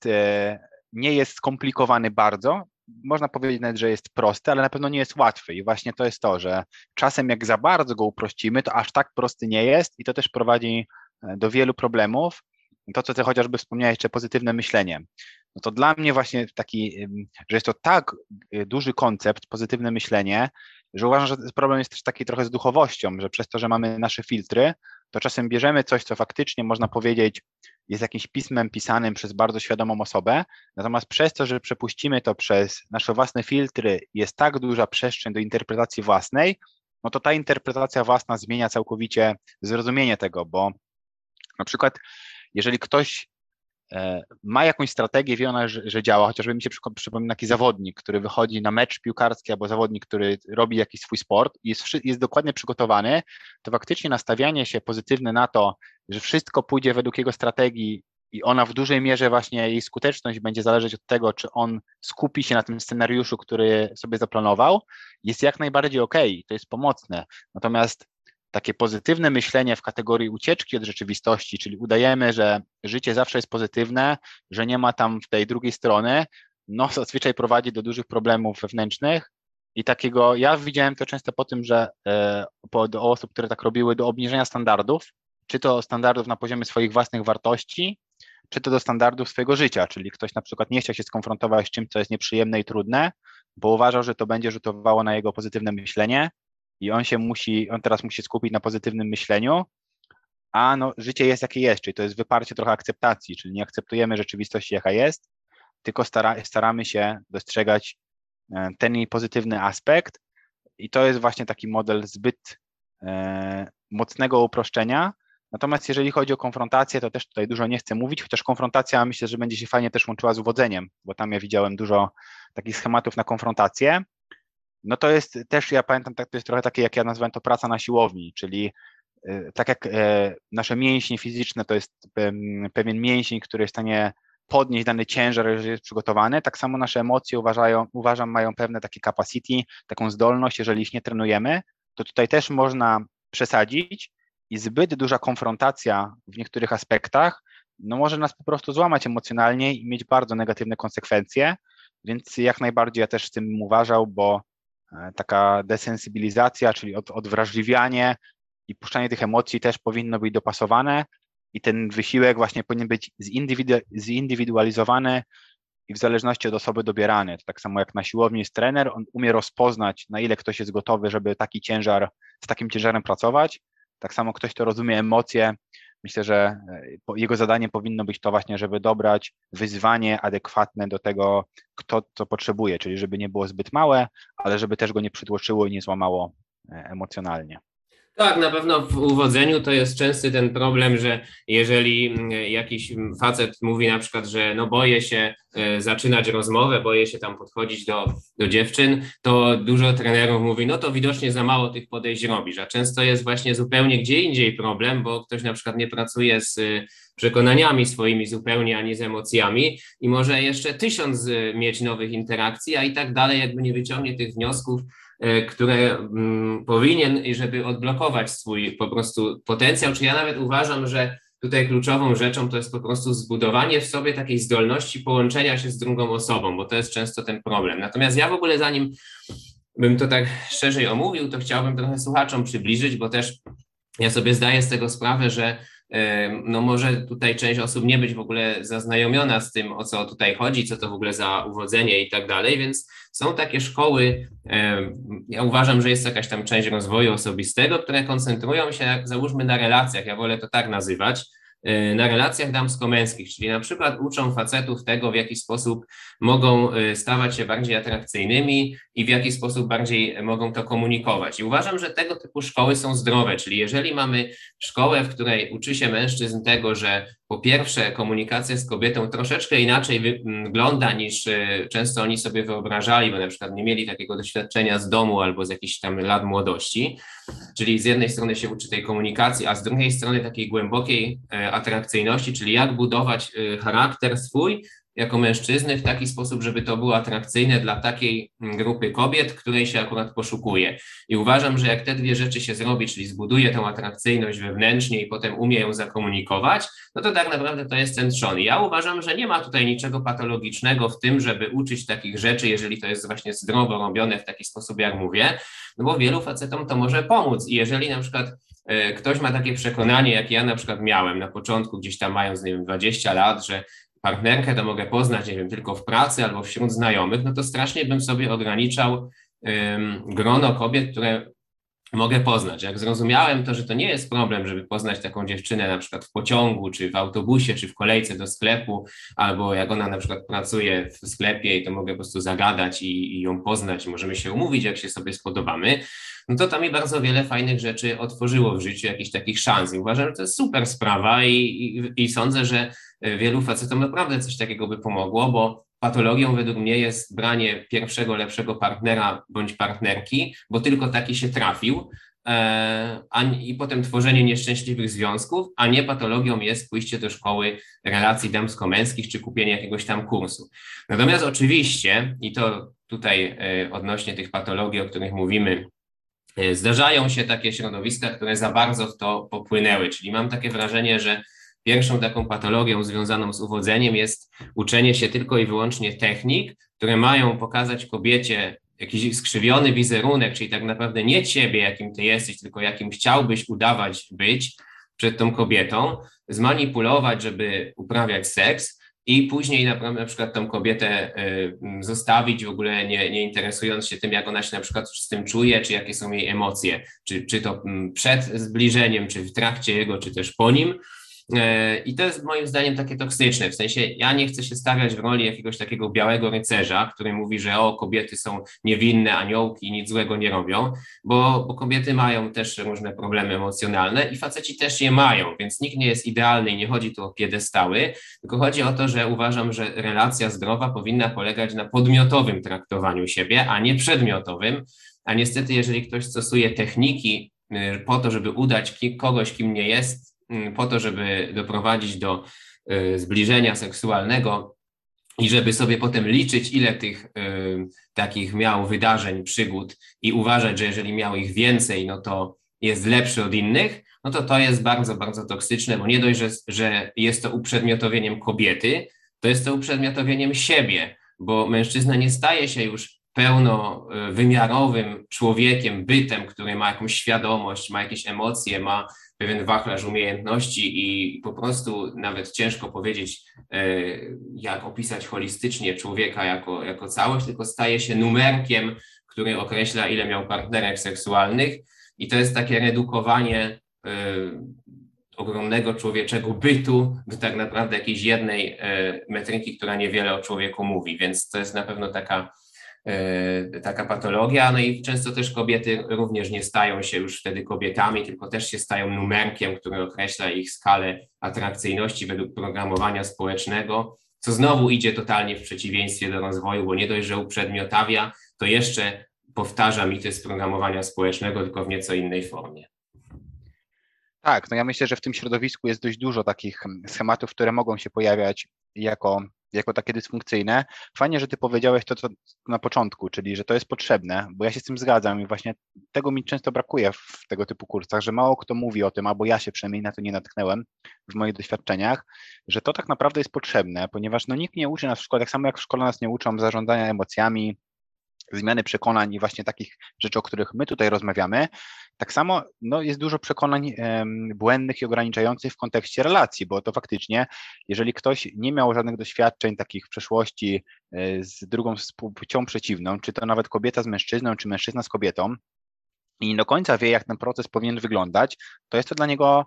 jest skomplikowany bardzo, można powiedzieć nawet, że jest prosty, ale na pewno nie jest łatwy i właśnie to jest to, że czasem jak za bardzo go uprościmy, to aż tak prosty nie jest i to też prowadzi do wielu problemów. To, co ty chociażby wspomniałeś, jeszcze pozytywne myślenie. No to dla mnie właśnie taki, że jest to tak duży koncept, pozytywne myślenie, że uważam, że problem jest też taki trochę z duchowością, że przez to, że mamy nasze filtry, to czasem bierzemy coś, co faktycznie można powiedzieć jest jakimś pismem pisanym przez bardzo świadomą osobę, natomiast przez to, że przepuścimy to przez nasze własne filtry, jest tak duża przestrzeń do interpretacji własnej, no to ta interpretacja własna zmienia całkowicie zrozumienie tego, bo na przykład jeżeli ktoś ma jakąś strategię, wie ona, że działa, chociażby mi się przypomina taki zawodnik, który wychodzi na mecz piłkarski albo zawodnik, który robi jakiś swój sport i jest dokładnie przygotowany, to faktycznie nastawianie się pozytywne na to, że wszystko pójdzie według jego strategii i ona w dużej mierze właśnie jej skuteczność będzie zależeć od tego, czy on skupi się na tym scenariuszu, który sobie zaplanował, jest jak najbardziej okej, to jest pomocne. Natomiast takie pozytywne myślenie w kategorii ucieczki od rzeczywistości, czyli udajemy, że życie zawsze jest pozytywne, że nie ma tam w tej drugiej strony, no zazwyczaj prowadzi do dużych problemów wewnętrznych i takiego, ja widziałem to często po tym, że do osób, które tak robiły, do obniżenia standardów, czy to standardów na poziomie swoich własnych wartości, czy to do standardów swojego życia, czyli ktoś na przykład nie chciał się skonfrontować z czymś, co jest nieprzyjemne i trudne, bo uważał, że to będzie rzutowało na jego pozytywne myślenie, i on teraz musi skupić na pozytywnym myśleniu, a no, życie jest jakie jest, czyli to jest wyparcie trochę akceptacji, czyli nie akceptujemy rzeczywistości jaka jest, tylko staramy się dostrzegać ten jej pozytywny aspekt i to jest właśnie taki model zbyt mocnego uproszczenia. Natomiast jeżeli chodzi o konfrontację, to też tutaj dużo nie chcę mówić, chociaż konfrontacja myślę, że będzie się fajnie też łączyła z uwodzeniem, bo tam ja widziałem dużo takich schematów na konfrontację. No to jest też, ja pamiętam, to jest trochę takie, jak ja nazywam to praca na siłowni, czyli tak jak nasze mięśnie fizyczne to jest pewien mięsień, który jest w stanie podnieść dany ciężar, jeżeli jest przygotowany, tak samo nasze emocje uważam mają pewne takie capacity, taką zdolność, jeżeli ich nie trenujemy, to tutaj też można przesadzić i zbyt duża konfrontacja w niektórych aspektach, no może nas po prostu złamać emocjonalnie i mieć bardzo negatywne konsekwencje, więc jak najbardziej ja też z tym uważał, bo taka desensybilizacja, czyli odwrażliwianie i puszczanie tych emocji też powinno być dopasowane i ten wysiłek właśnie powinien być zindywidualizowany i w zależności od osoby dobierany. To tak samo jak na siłowni jest trener, on umie rozpoznać, na ile ktoś jest gotowy, żeby z takim ciężarem pracować. Tak samo ktoś, kto rozumie emocje, Myślę, że jego zadaniem powinno być to właśnie, żeby dobrać wyzwanie adekwatne do tego, kto co potrzebuje, czyli żeby nie było zbyt małe, ale żeby też go nie przytłoczyło i nie złamało emocjonalnie. Tak, na pewno w uwodzeniu to jest częsty ten problem, że jeżeli jakiś facet mówi na przykład, że no boję się zaczynać rozmowę, boję się tam podchodzić do dziewczyn, to dużo trenerów mówi, no to widocznie za mało tych podejść robisz, a często jest właśnie zupełnie gdzie indziej problem, bo ktoś na przykład nie pracuje z przekonaniami swoimi zupełnie, ani z emocjami i może jeszcze 1000 mieć nowych interakcji, a i tak dalej jakby nie wyciągnie tych wniosków, które powinien, żeby odblokować swój po prostu potencjał, czy ja nawet uważam, że tutaj kluczową rzeczą to jest po prostu zbudowanie w sobie takiej zdolności połączenia się z drugą osobą, bo to jest często ten problem. Natomiast ja w ogóle zanim bym to tak szerzej omówił, to chciałbym trochę słuchaczom przybliżyć, bo też ja sobie zdaję z tego sprawę, że no może tutaj część osób nie być w ogóle zaznajomiona z tym, o co tutaj chodzi, co to w ogóle za uwodzenie i tak dalej, więc są takie szkoły, ja uważam, że jest jakaś tam część rozwoju osobistego, które koncentrują się, załóżmy, na relacjach, ja wolę to tak nazywać, na relacjach damsko-męskich, czyli na przykład uczą facetów tego, w jaki sposób mogą stawać się bardziej atrakcyjnymi i w jaki sposób bardziej mogą to komunikować. I uważam, że tego typu szkoły są zdrowe, czyli jeżeli mamy szkołę, w której uczy się mężczyzn tego, że po pierwsze komunikacja z kobietą troszeczkę inaczej wygląda niż często oni sobie wyobrażali, bo na przykład nie mieli takiego doświadczenia z domu albo z jakichś tam lat młodości, czyli z jednej strony się uczy tej komunikacji, a z drugiej strony takiej głębokiej atrakcyjności, czyli jak budować charakter swój jako mężczyzny w taki sposób, żeby to było atrakcyjne dla takiej grupy kobiet, której się akurat poszukuje. I uważam, że jak te dwie rzeczy się zrobi, czyli zbuduje tę atrakcyjność wewnętrznie i potem umie ją zakomunikować, no to tak naprawdę to jest ten trzon. I ja uważam, że nie ma tutaj niczego patologicznego w tym, żeby uczyć takich rzeczy, jeżeli to jest właśnie zdrowo robione w taki sposób, jak mówię, no bo wielu facetom to może pomóc. I jeżeli na przykład ktoś ma takie przekonanie, jak ja na przykład miałem na początku, gdzieś tam mając, nie wiem, 20 lat, że partnerkę to mogę poznać, nie wiem, tylko w pracy albo wśród znajomych, no to strasznie bym sobie ograniczał grono kobiet, które mogę poznać. Jak zrozumiałem to, że to nie jest problem, żeby poznać taką dziewczynę na przykład w pociągu, czy w autobusie, czy w kolejce do sklepu, albo jak ona na przykład pracuje w sklepie i to mogę po prostu zagadać i ją poznać i możemy się umówić, jak się sobie spodobamy, no to mi bardzo wiele fajnych rzeczy otworzyło w życiu, jakichś takich szans. I uważam, że to jest super sprawa i sądzę, że wielu facetom naprawdę coś takiego by pomogło, bo patologią według mnie jest branie pierwszego, lepszego partnera bądź partnerki, bo tylko taki się trafił, i potem tworzenie nieszczęśliwych związków, a nie patologią jest pójście do szkoły relacji damsko-męskich czy kupienie jakiegoś tam kursu. Natomiast oczywiście, i to tutaj odnośnie tych patologii, o których mówimy, zdarzają się takie środowiska, które za bardzo w to popłynęły, czyli mam takie wrażenie, że pierwszą taką patologią związaną z uwodzeniem jest uczenie się tylko i wyłącznie technik, które mają pokazać kobiecie jakiś skrzywiony wizerunek, czyli tak naprawdę nie ciebie, jakim ty jesteś, tylko jakim chciałbyś udawać być przed tą kobietą, zmanipulować, żeby uprawiać seks i później na przykład tą kobietę zostawić w ogóle nie interesując się tym, jak ona się na przykład z tym czuje, czy jakie są jej emocje, czy to przed zbliżeniem, czy w trakcie jego, czy też po nim. I to jest moim zdaniem takie toksyczne, w sensie ja nie chcę się stawiać w roli jakiegoś takiego białego rycerza, który mówi, że kobiety są niewinne, aniołki i nic złego nie robią, bo kobiety mają też różne problemy emocjonalne i faceci też je mają, więc nikt nie jest idealny i nie chodzi tu o piedestały, tylko chodzi o to, że uważam, że relacja zdrowa powinna polegać na podmiotowym traktowaniu siebie, a nie przedmiotowym, a niestety jeżeli ktoś stosuje techniki po to, żeby udać kogoś, kim nie jest, po to, żeby doprowadzić do zbliżenia seksualnego i żeby sobie potem liczyć, ile tych takich miał wydarzeń, przygód i uważać, że jeżeli miał ich więcej, no to jest lepszy od innych, no to jest bardzo, bardzo toksyczne, bo nie dość, że jest to uprzedmiotowieniem kobiety, to jest to uprzedmiotowieniem siebie, bo mężczyzna nie staje się już pełnowymiarowym człowiekiem, bytem, który ma jakąś świadomość, ma jakieś emocje, ma pewien wachlarz umiejętności i po prostu nawet ciężko powiedzieć, jak opisać holistycznie człowieka jako całość, tylko staje się numerkiem, który określa, ile miał partnerek seksualnych i to jest takie redukowanie ogromnego człowieczego bytu do tak naprawdę jakiejś jednej metryki, która niewiele o człowieku mówi, więc to jest na pewno taka patologia, no i często też kobiety również nie stają się już wtedy kobietami, tylko też się stają numerkiem, który określa ich skalę atrakcyjności według programowania społecznego, co znowu idzie totalnie w przeciwieństwie do rozwoju, bo nie dość, że uprzedmiotawia, to jeszcze powtarza mity z programowania społecznego, tylko w nieco innej formie. Tak, no ja myślę, że w tym środowisku jest dość dużo takich schematów, które mogą się pojawiać jako takie dysfunkcyjne. Fajnie, że ty powiedziałeś to, co na początku, czyli że to jest potrzebne, bo ja się z tym zgadzam i właśnie tego mi często brakuje w tego typu kursach, że mało kto mówi o tym, albo ja się przynajmniej na to nie natknęłem w moich doświadczeniach, że to tak naprawdę jest potrzebne, ponieważ no nikt nie uczy nas w szkole, tak samo jak w szkole nas nie uczą zarządzania emocjami, zmiany przekonań i właśnie takich rzeczy, o których my tutaj rozmawiamy. Tak samo no, jest dużo przekonań błędnych i ograniczających w kontekście relacji, bo to faktycznie, jeżeli ktoś nie miał żadnych doświadczeń takich w przeszłości z drugą płcią przeciwną, czy to nawet kobieta z mężczyzną, czy mężczyzna z kobietą i nie do końca wie, jak ten proces powinien wyglądać, to jest to dla niego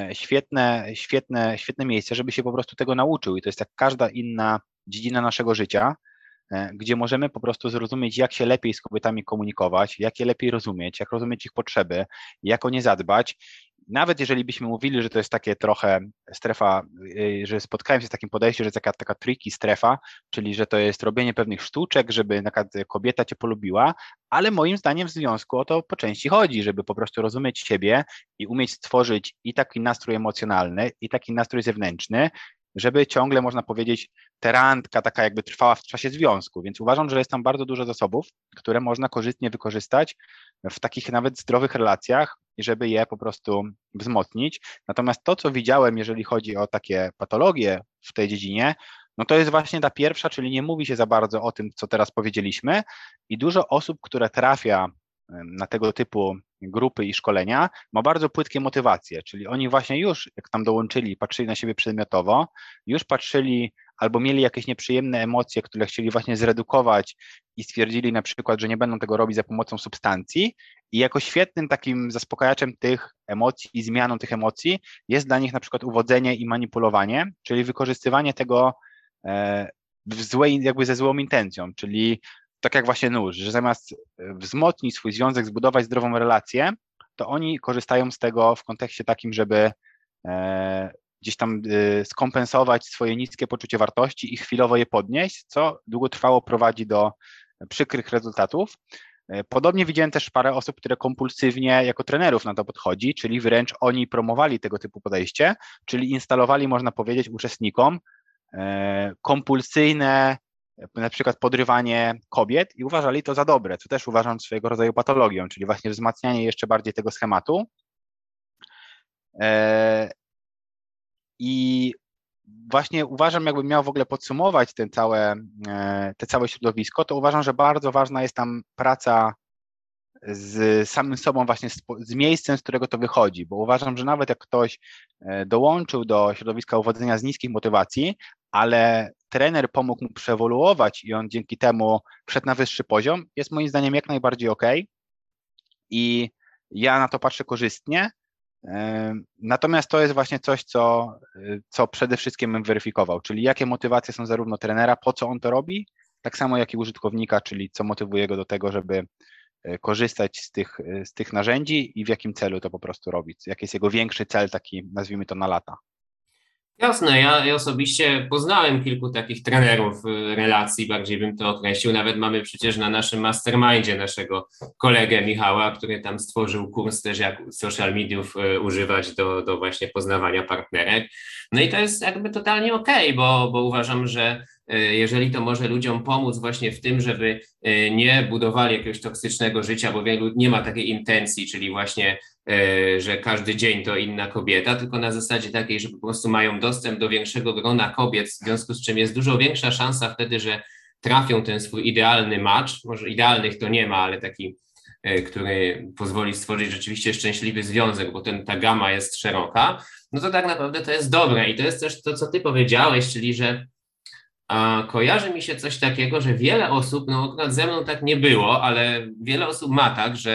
świetne miejsce, żeby się po prostu tego nauczył i to jest jak każda inna dziedzina naszego życia, gdzie możemy po prostu zrozumieć, jak się lepiej z kobietami komunikować, jak je lepiej rozumieć, jak rozumieć ich potrzeby, jak o nie zadbać. Nawet jeżeli byśmy mówili, że to jest takie trochę strefa, że spotkałem się z takim podejściem, że jest taka tricky strefa, czyli że to jest robienie pewnych sztuczek, żeby kobieta cię polubiła, ale moim zdaniem w związku o to po części chodzi, żeby po prostu rozumieć siebie i umieć stworzyć i taki nastrój emocjonalny, i taki nastrój zewnętrzny, żeby ciągle, można powiedzieć, ta randka taka jakby trwała w czasie związku, więc uważam, że jest tam bardzo dużo zasobów, które można korzystnie wykorzystać w takich nawet zdrowych relacjach, żeby je po prostu wzmocnić. Natomiast to, co widziałem, jeżeli chodzi o takie patologie w tej dziedzinie, no to jest właśnie ta pierwsza, czyli nie mówi się za bardzo o tym, co teraz powiedzieliśmy i dużo osób, które trafia na tego typu grupy i szkolenia, ma bardzo płytkie motywacje, czyli oni właśnie już, jak tam dołączyli, patrzyli na siebie przedmiotowo, już patrzyli albo mieli jakieś nieprzyjemne emocje, które chcieli właśnie zredukować i stwierdzili na przykład, że nie będą tego robić za pomocą substancji i jako świetnym takim zaspokajaczem tych emocji i zmianą tych emocji jest dla nich na przykład uwodzenie i manipulowanie, czyli wykorzystywanie tego jakby ze złą intencją, czyli tak jak właśnie nóż, że zamiast wzmocnić swój związek, zbudować zdrową relację, to oni korzystają z tego w kontekście takim, żeby gdzieś tam skompensować swoje niskie poczucie wartości i chwilowo je podnieść, co długotrwało prowadzi do przykrych rezultatów. Podobnie widziałem też parę osób, które kompulsywnie jako trenerów na to podchodzi, czyli wręcz oni promowali tego typu podejście, czyli instalowali, można powiedzieć, uczestnikom kompulsyjne na przykład podrywanie kobiet i uważali to za dobre, co też uważam swojego rodzaju patologią, czyli właśnie wzmacnianie jeszcze bardziej tego schematu. I właśnie uważam, jakbym miał w ogóle podsumować te całe środowisko, to uważam, że bardzo ważna jest tam praca z samym sobą, właśnie z miejscem, z którego to wychodzi, bo uważam, że nawet jak ktoś dołączył do środowiska uwodzenia z niskich motywacji, ale trener pomógł mu przewoluować i on dzięki temu wszedł na wyższy poziom, jest moim zdaniem jak najbardziej okej. I ja na to patrzę korzystnie. Natomiast to jest właśnie coś, co przede wszystkim bym weryfikował, czyli jakie motywacje są zarówno trenera, po co on to robi, tak samo jak i użytkownika, czyli co motywuje go do tego, żeby korzystać z tych narzędzi i w jakim celu to po prostu robić. Jaki jest jego większy cel, taki nazwijmy to na lata. Jasne, ja osobiście poznałem kilku takich trenerów relacji, bardziej bym to określił. Nawet mamy przecież na naszym mastermindzie naszego kolegę Michała, który tam stworzył kurs też, jak social mediów używać do właśnie poznawania partnerek. No i to jest jakby totalnie okej, bo uważam, że jeżeli to może ludziom pomóc właśnie w tym, żeby nie budowali jakiegoś toksycznego życia, bo wielu nie ma takiej intencji, czyli właśnie że każdy dzień to inna kobieta, tylko na zasadzie takiej, że po prostu mają dostęp do większego grona kobiet, w związku z czym jest dużo większa szansa wtedy, że trafią ten swój idealny match, może idealnych to nie ma, ale taki, który pozwoli stworzyć rzeczywiście szczęśliwy związek, bo ta gama jest szeroka, no to tak naprawdę to jest dobre i to jest też to, co ty powiedziałeś, czyli że kojarzy mi się coś takiego, że wiele osób, no akurat ze mną tak nie było, ale wiele osób ma tak, że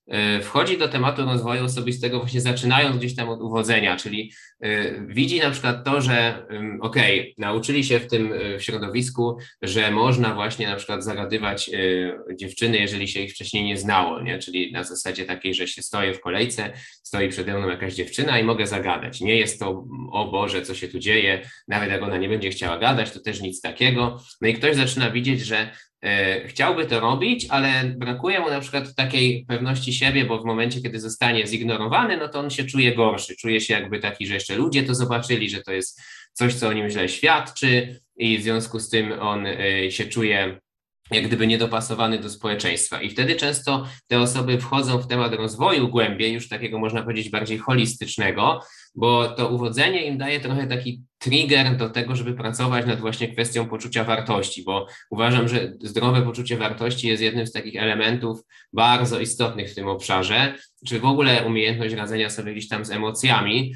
wchodzi do tematu rozwoju osobistego właśnie zaczynając gdzieś tam od uwodzenia, czyli widzi na przykład to, że nauczyli się w środowisku, że można właśnie na przykład zagadywać dziewczyny, jeżeli się ich wcześniej nie znało, nie? Czyli na zasadzie takiej, że się stoję w kolejce, stoi przede mną jakaś dziewczyna i mogę zagadać. Nie jest to, o Boże, co się tu dzieje, nawet jak ona nie będzie chciała gadać, to też nic takiego. No i ktoś zaczyna widzieć, że chciałby to robić, ale brakuje mu na przykład takiej pewności siebie, bo w momencie, kiedy zostanie zignorowany, no to on się czuje gorszy, czuje się jakby taki, że jeszcze ludzie to zobaczyli, że to jest coś, co o nim źle świadczy i w związku z tym on się czuje jak gdyby niedopasowany do społeczeństwa. I wtedy często te osoby wchodzą w temat rozwoju głębiej, już takiego można powiedzieć bardziej holistycznego, bo to uwodzenie im daje trochę taki trigger do tego, żeby pracować nad właśnie kwestią poczucia wartości, bo uważam, że zdrowe poczucie wartości jest jednym z takich elementów bardzo istotnych w tym obszarze, czy w ogóle umiejętność radzenia sobie gdzieś tam z emocjami,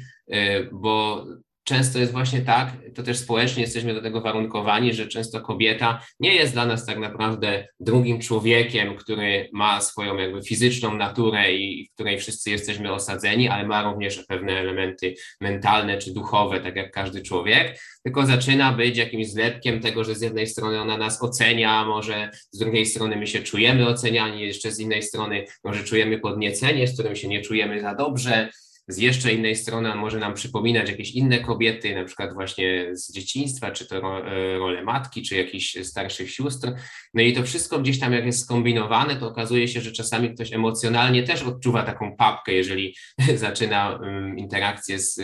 bo często jest właśnie tak, to też społecznie jesteśmy do tego warunkowani, że często kobieta nie jest dla nas tak naprawdę drugim człowiekiem, który ma swoją jakby fizyczną naturę i w której wszyscy jesteśmy osadzeni, ale ma również pewne elementy mentalne czy duchowe, tak jak każdy człowiek, tylko zaczyna być jakimś zlepkiem tego, że z jednej strony ona nas ocenia, może z drugiej strony my się czujemy oceniani, jeszcze z innej strony może czujemy podniecenie, z którym się nie czujemy za dobrze, z jeszcze innej strony on może nam przypominać jakieś inne kobiety, na przykład właśnie z dzieciństwa, czy to rolę matki, czy jakichś starszych sióstr. No i to wszystko gdzieś tam jak jest skombinowane, to okazuje się, że czasami ktoś emocjonalnie też odczuwa taką papkę, jeżeli zaczyna interakcję z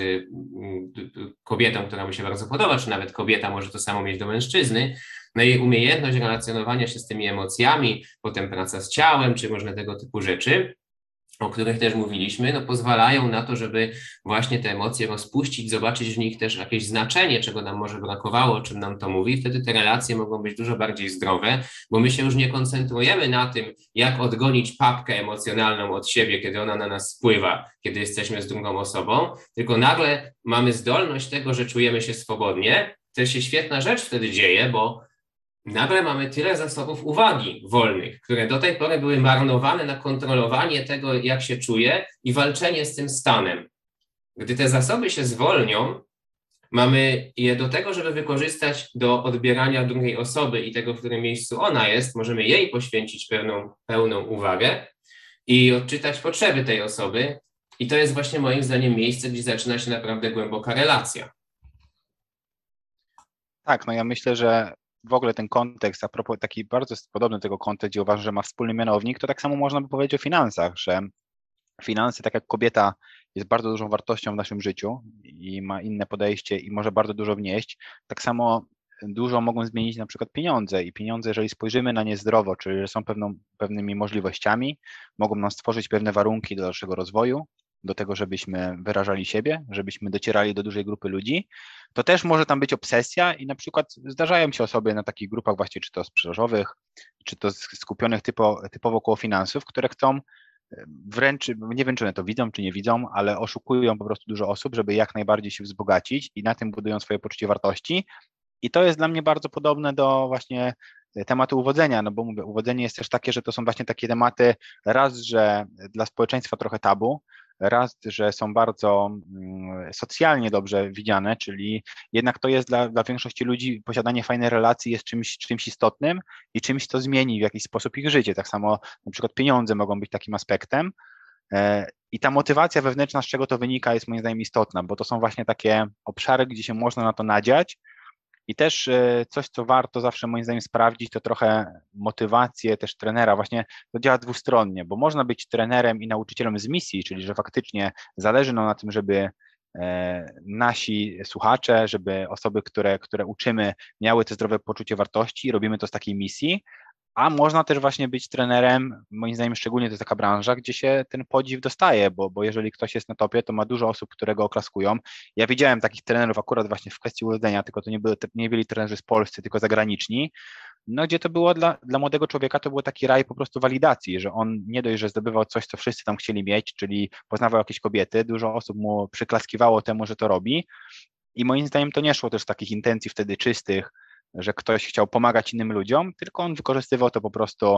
kobietą, która mu się bardzo podoba, czy nawet kobieta może to samo mieć do mężczyzny. No i umiejętność relacjonowania się z tymi emocjami, potem praca z ciałem, czy różne tego typu rzeczy, o których też mówiliśmy, no pozwalają na to, żeby właśnie te emocje rozpuścić, zobaczyć w nich też jakieś znaczenie, czego nam może brakowało, o czym nam to mówi. Wtedy te relacje mogą być dużo bardziej zdrowe, bo my się już nie koncentrujemy na tym, jak odgonić papkę emocjonalną od siebie, kiedy ona na nas spływa, kiedy jesteśmy z drugą osobą, tylko nagle mamy zdolność tego, że czujemy się swobodnie. To się świetna rzecz wtedy dzieje, bo nagle mamy tyle zasobów uwagi wolnych, które do tej pory były marnowane na kontrolowanie tego, jak się czuję i walczenie z tym stanem. Gdy te zasoby się zwolnią, mamy je do tego, żeby wykorzystać do odbierania drugiej osoby i tego, w którym miejscu ona jest, możemy jej poświęcić pełną uwagę i odczytać potrzeby tej osoby. I to jest właśnie moim zdaniem miejsce, gdzie zaczyna się naprawdę głęboka relacja. Tak, no ja myślę, że w ogóle ten kontekst, a propos taki bardzo podobny do tego kontekstu, gdzie uważam, że ma wspólny mianownik, to tak samo można by powiedzieć o finansach, że finanse, tak jak kobieta jest bardzo dużą wartością w naszym życiu i ma inne podejście i może bardzo dużo wnieść, tak samo dużo mogą zmienić na przykład pieniądze i pieniądze, jeżeli spojrzymy na nie zdrowo, czyli że są pewnymi możliwościami, mogą nam stworzyć pewne warunki do dalszego rozwoju, do tego, żebyśmy wyrażali siebie, żebyśmy docierali do dużej grupy ludzi, to też może tam być obsesja i na przykład zdarzają się osoby na takich grupach właśnie, czy to sprzedażowych, czy to skupionych typowo koło finansów, które chcą wręcz, nie wiem, czy one to widzą, czy nie widzą, ale oszukują po prostu dużo osób, żeby jak najbardziej się wzbogacić i na tym budują swoje poczucie wartości. I to jest dla mnie bardzo podobne do właśnie tematu uwodzenia, no bo mówię, uwodzenie jest też takie, że to są właśnie takie tematy raz, że dla społeczeństwa trochę tabu, raz, że są bardzo socjalnie dobrze widziane, czyli jednak to jest dla większości ludzi posiadanie fajnej relacji jest czymś istotnym i czymś, co zmieni w jakiś sposób ich życie. Tak samo na przykład pieniądze mogą być takim aspektem i ta motywacja wewnętrzna, z czego to wynika, jest moim zdaniem istotna, bo to są właśnie takie obszary, gdzie się można na to nadziać. I też coś, co warto zawsze moim zdaniem sprawdzić, to trochę motywację też trenera. Właśnie to działa dwustronnie, bo można być trenerem i nauczycielem z misji, czyli że faktycznie zależy nam na tym, żeby nasi słuchacze, żeby osoby, które uczymy, miały to zdrowe poczucie wartości i robimy to z takiej misji, a można też właśnie być trenerem, moim zdaniem szczególnie to jest taka branża, gdzie się ten podziw dostaje, bo jeżeli ktoś jest na topie, to ma dużo osób, które go oklaskują. Ja widziałem takich trenerów akurat właśnie w kwestii urodzenia, tylko to nie byli trenerzy z Polscy, tylko zagraniczni, no gdzie to było dla młodego człowieka, to był taki raj po prostu walidacji, że on nie dość, że zdobywał coś, co wszyscy tam chcieli mieć, czyli poznawał jakieś kobiety, dużo osób mu przyklaskiwało temu, że to robi i moim zdaniem to nie szło też z takich intencji wtedy czystych, że ktoś chciał pomagać innym ludziom, tylko on wykorzystywał to po prostu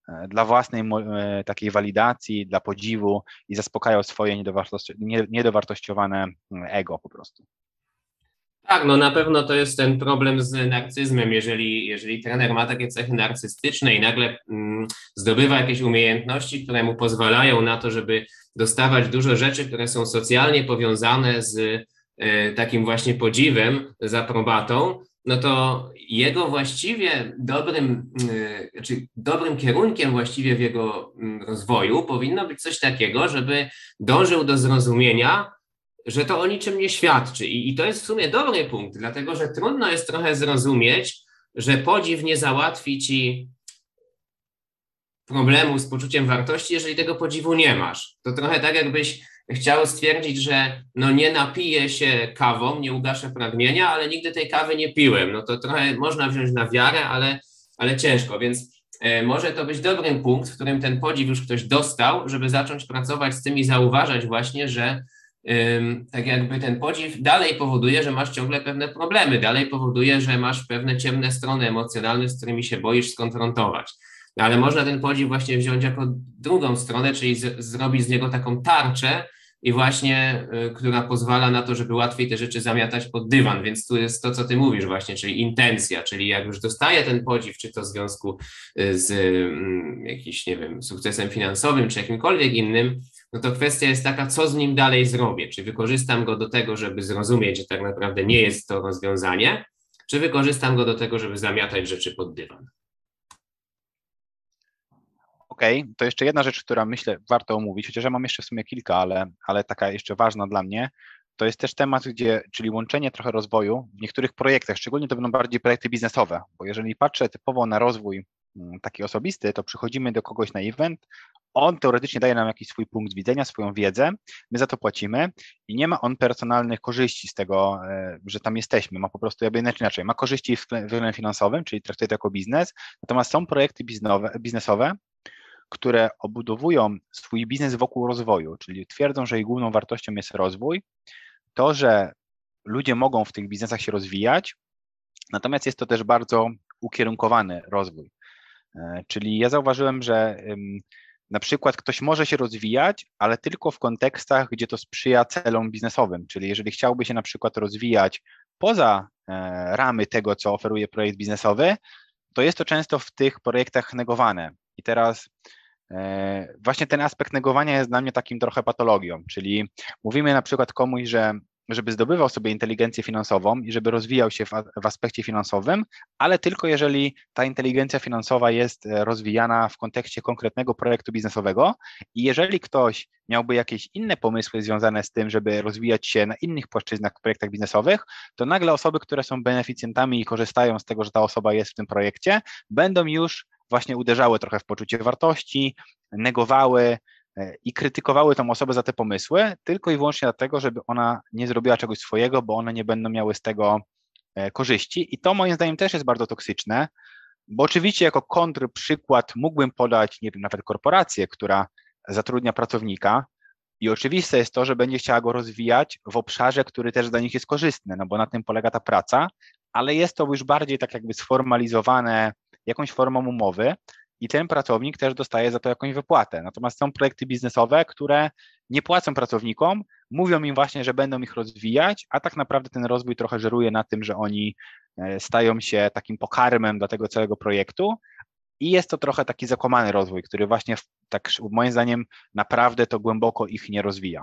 dla własnej takiej walidacji, dla podziwu i zaspokajał swoje niedowartościowane ego po prostu. Tak, no na pewno to jest ten problem z narcyzmem, jeżeli trener ma takie cechy narcystyczne i nagle zdobywa jakieś umiejętności, które mu pozwalają na to, żeby dostawać dużo rzeczy, które są socjalnie powiązane z takim właśnie podziwem, z aprobatą, no to jego właściwie dobrym kierunkiem właściwie w jego rozwoju powinno być coś takiego, żeby dążył do zrozumienia, że to o niczym nie świadczy. I to jest w sumie dobry punkt, dlatego że trudno jest trochę zrozumieć, że podziw nie załatwi ci problemu z poczuciem wartości, jeżeli tego podziwu nie masz. To trochę tak, jakbyś chciał stwierdzić, że no nie napiję się kawą, nie ugaszę pragnienia, ale nigdy tej kawy nie piłem. No to trochę można wziąć na wiarę, ale ciężko, więc może to być dobry punkt, w którym ten podziw już ktoś dostał, żeby zacząć pracować z tym i zauważać właśnie, że tak jakby ten podziw dalej powoduje, że masz ciągle pewne problemy, dalej powoduje, że masz pewne ciemne strony emocjonalne, z którymi się boisz skonfrontować. Ale można ten podziw właśnie wziąć jako drugą stronę, czyli zrobić z niego taką tarczę i właśnie, która pozwala na to, żeby łatwiej te rzeczy zamiatać pod dywan, więc tu jest to, co ty mówisz właśnie, czyli intencja, czyli jak już dostaję ten podziw, czy to w związku z jakimś, nie wiem, sukcesem finansowym, czy jakimkolwiek innym, no to kwestia jest taka, co z nim dalej zrobię, czy wykorzystam go do tego, żeby zrozumieć, że tak naprawdę nie jest to rozwiązanie, czy wykorzystam go do tego, żeby zamiatać rzeczy pod dywan. Okej, to jeszcze jedna rzecz, która myślę warto omówić, chociaż ja mam jeszcze w sumie kilka, ale taka jeszcze ważna dla mnie, to jest też temat, czyli łączenie trochę rozwoju w niektórych projektach, szczególnie to będą bardziej projekty biznesowe, bo jeżeli patrzę typowo na rozwój taki osobisty, to przychodzimy do kogoś na event, on teoretycznie daje nam jakiś swój punkt widzenia, swoją wiedzę, my za to płacimy i nie ma on personalnych korzyści z tego, że tam jesteśmy, ma po prostu jakby inaczej, ma korzyści w względzie finansowym, czyli traktuje to jako biznes, natomiast są projekty biznesowe, które obudowują swój biznes wokół rozwoju, czyli twierdzą, że ich główną wartością jest rozwój, to, że ludzie mogą w tych biznesach się rozwijać, natomiast jest to też bardzo ukierunkowany rozwój. Czyli ja zauważyłem, że na przykład ktoś może się rozwijać, ale tylko w kontekstach, gdzie to sprzyja celom biznesowym, czyli jeżeli chciałby się na przykład rozwijać poza ramy tego, co oferuje projekt biznesowy, to jest to często w tych projektach negowane. I teraz właśnie ten aspekt negowania jest dla mnie takim trochę patologią, czyli mówimy na przykład komuś, że żeby zdobywał sobie inteligencję finansową i żeby rozwijał się w aspekcie finansowym, ale tylko jeżeli ta inteligencja finansowa jest rozwijana w kontekście konkretnego projektu biznesowego i jeżeli ktoś miałby jakieś inne pomysły związane z tym, żeby rozwijać się na innych płaszczyznach w projektach biznesowych, to nagle osoby, które są beneficjentami i korzystają z tego, że ta osoba jest w tym projekcie, będą już właśnie uderzały trochę w poczucie wartości, negowały i krytykowały tą osobę za te pomysły, tylko i wyłącznie dlatego, żeby ona nie zrobiła czegoś swojego, bo one nie będą miały z tego korzyści. I to moim zdaniem też jest bardzo toksyczne, bo oczywiście jako kontrprzykład mógłbym podać, nie wiem, nawet korporację, która zatrudnia pracownika i oczywiste jest to, że będzie chciała go rozwijać w obszarze, który też dla nich jest korzystny, no bo na tym polega ta praca, ale jest to już bardziej tak jakby sformalizowane jakąś formą umowy, i ten pracownik też dostaje za to jakąś wypłatę. Natomiast są projekty biznesowe, które nie płacą pracownikom, mówią im właśnie, że będą ich rozwijać, a tak naprawdę ten rozwój trochę żeruje na tym, że oni stają się takim pokarmem dla tego całego projektu i jest to trochę taki zakłamany rozwój, który właśnie tak moim zdaniem naprawdę to głęboko ich nie rozwija.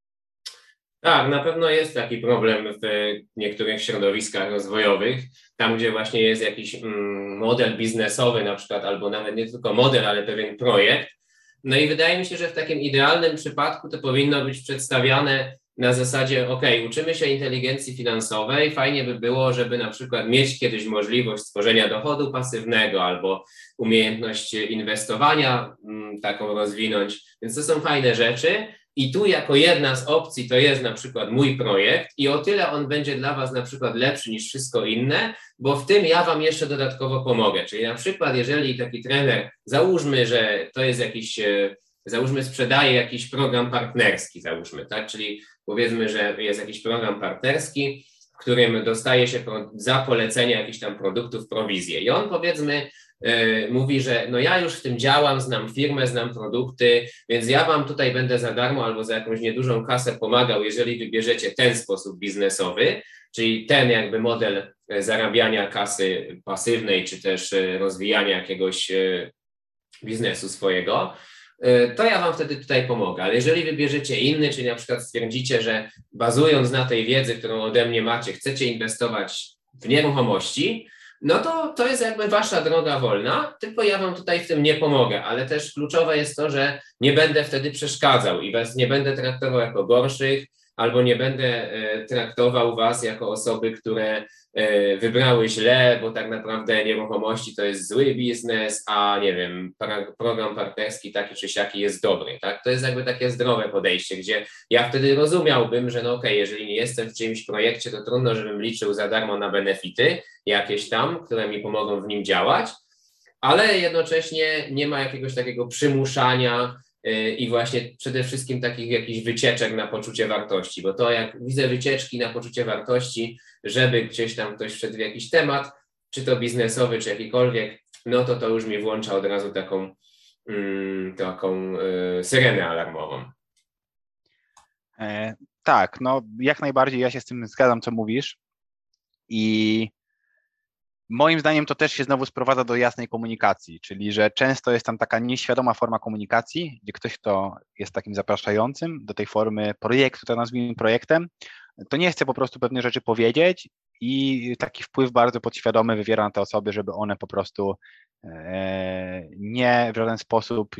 Tak, na pewno jest taki problem w niektórych środowiskach rozwojowych, tam gdzie właśnie jest jakiś model biznesowy na przykład, albo nawet nie tylko model, ale pewien projekt. No i wydaje mi się, że w takim idealnym przypadku to powinno być przedstawiane na zasadzie, uczymy się inteligencji finansowej, fajnie by było, żeby na przykład mieć kiedyś możliwość stworzenia dochodu pasywnego albo umiejętność inwestowania taką rozwinąć, więc to są fajne rzeczy. I tu jako jedna z opcji to jest na przykład mój projekt i o tyle on będzie dla was na przykład lepszy niż wszystko inne, bo w tym ja wam jeszcze dodatkowo pomogę. Czyli na przykład jeżeli taki trener, załóżmy, że to jest jakiś, sprzedaje jakiś program partnerski, tak? Czyli powiedzmy, że jest jakiś program partnerski, w którym dostaje się za polecenie jakichś tam produktów prowizję i on powiedzmy mówi, że no ja już w tym działam, znam firmę, znam produkty, więc ja wam tutaj będę za darmo albo za jakąś niedużą kasę pomagał, jeżeli wybierzecie ten sposób biznesowy, czyli ten jakby model zarabiania kasy pasywnej, czy też rozwijania jakiegoś biznesu swojego, to ja wam wtedy tutaj pomogę. Ale jeżeli wybierzecie inny, czyli na przykład stwierdzicie, że bazując na tej wiedzy, którą ode mnie macie, chcecie inwestować w nieruchomości, no to jest jakby wasza droga wolna, tylko ja wam tutaj w tym nie pomogę, ale też kluczowe jest to, że nie będę wtedy przeszkadzał i was nie będę traktował jako gorszych, albo nie będę traktował was jako osoby, które wybrały źle, bo tak naprawdę nieruchomości to jest zły biznes, a nie wiem, program partnerski taki czy siaki jest dobry, tak? To jest jakby takie zdrowe podejście, gdzie ja wtedy rozumiałbym, że no okej, jeżeli nie jestem w czyimś projekcie, to trudno, żebym liczył za darmo na benefity jakieś tam, które mi pomogą w nim działać, ale jednocześnie nie ma jakiegoś takiego przymuszania i właśnie przede wszystkim takich jakichś wycieczek na poczucie wartości, bo to jak widzę wycieczki na poczucie wartości, żeby gdzieś tam ktoś wszedł w jakiś temat, czy to biznesowy, czy jakikolwiek, no to już mi włącza od razu taką syrenę alarmową. Tak, no jak najbardziej ja się z tym zgadzam, co mówisz i moim zdaniem to też się znowu sprowadza do jasnej komunikacji, czyli że często jest tam taka nieświadoma forma komunikacji, gdzie ktoś, kto jest takim zapraszającym do tej formy projektu, to nazwijmy projektem, to nie chce po prostu pewne rzeczy powiedzieć i taki wpływ bardzo podświadomy wywiera na te osoby, żeby one po prostu nie w żaden sposób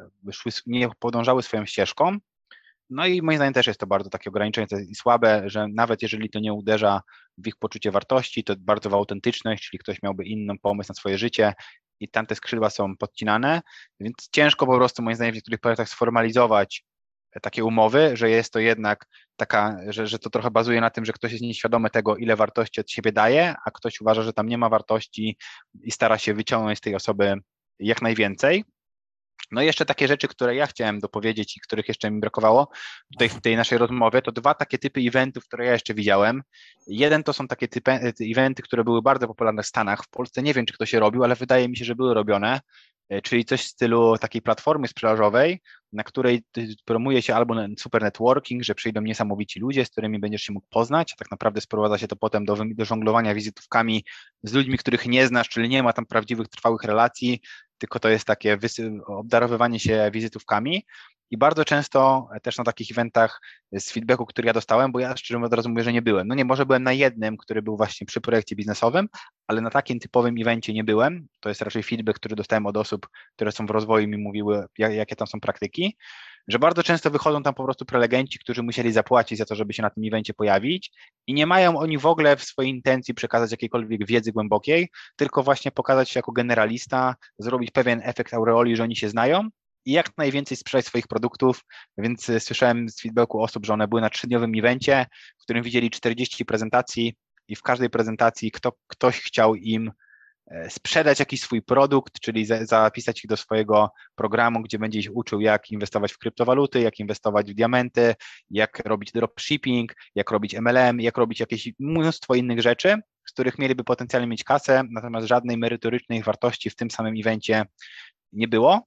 nie podążały swoją ścieżką. No i moim zdaniem też jest to bardzo takie ograniczające i słabe, że nawet jeżeli to nie uderza w ich poczucie wartości, to bardzo w autentyczność, czyli ktoś miałby inny pomysł na swoje życie i tamte skrzydła są podcinane, więc ciężko po prostu moim zdaniem w niektórych projektach sformalizować takie umowy, że jest to jednak taka, że to trochę bazuje na tym, że ktoś jest nieświadomy tego, ile wartości od siebie daje, a ktoś uważa, że tam nie ma wartości i stara się wyciągnąć z tej osoby jak najwięcej. No i jeszcze takie rzeczy, które ja chciałem dopowiedzieć i których jeszcze mi brakowało tutaj w tej naszej rozmowie, to dwa takie typy eventów, które ja jeszcze widziałem. Jeden to są takie eventy, które były bardzo popularne w Stanach. W Polsce nie wiem, czy to się robił, ale wydaje mi się, że były robione, czyli coś w stylu takiej platformy sprzedażowej, na której promuje się albo super networking, że przyjdą niesamowici ludzie, z którymi będziesz się mógł poznać, a tak naprawdę sprowadza się to potem do żonglowania wizytówkami z ludźmi, których nie znasz, czyli nie ma tam prawdziwych, trwałych relacji, tylko to jest takie obdarowywanie się wizytówkami i bardzo często też na takich eventach z feedbacku, który ja dostałem, bo ja szczerze od razu mówię, że nie byłem. No nie, może byłem na jednym, który był właśnie przy projekcie biznesowym, ale na takim typowym evencie nie byłem. To jest raczej feedback, który dostałem od osób, które są w rozwoju i mi mówiły, jakie tam są praktyki, że bardzo często wychodzą tam po prostu prelegenci, którzy musieli zapłacić za to, żeby się na tym evencie pojawić i nie mają oni w ogóle w swojej intencji przekazać jakiejkolwiek wiedzy głębokiej, tylko właśnie pokazać się jako generalista, zrobić pewien efekt aureoli, że oni się znają i jak najwięcej sprzedać swoich produktów, więc słyszałem z feedbacku osób, że one były na 3-dniowym evencie, w którym widzieli 40 prezentacji i w każdej prezentacji ktoś chciał im sprzedać jakiś swój produkt, czyli zapisać ich do swojego programu, gdzie będzie ich uczył, jak inwestować w kryptowaluty, jak inwestować w diamenty, jak robić dropshipping, jak robić MLM, jak robić jakieś mnóstwo innych rzeczy, z których mieliby potencjalnie mieć kasę, natomiast żadnej merytorycznej wartości w tym samym evencie nie było.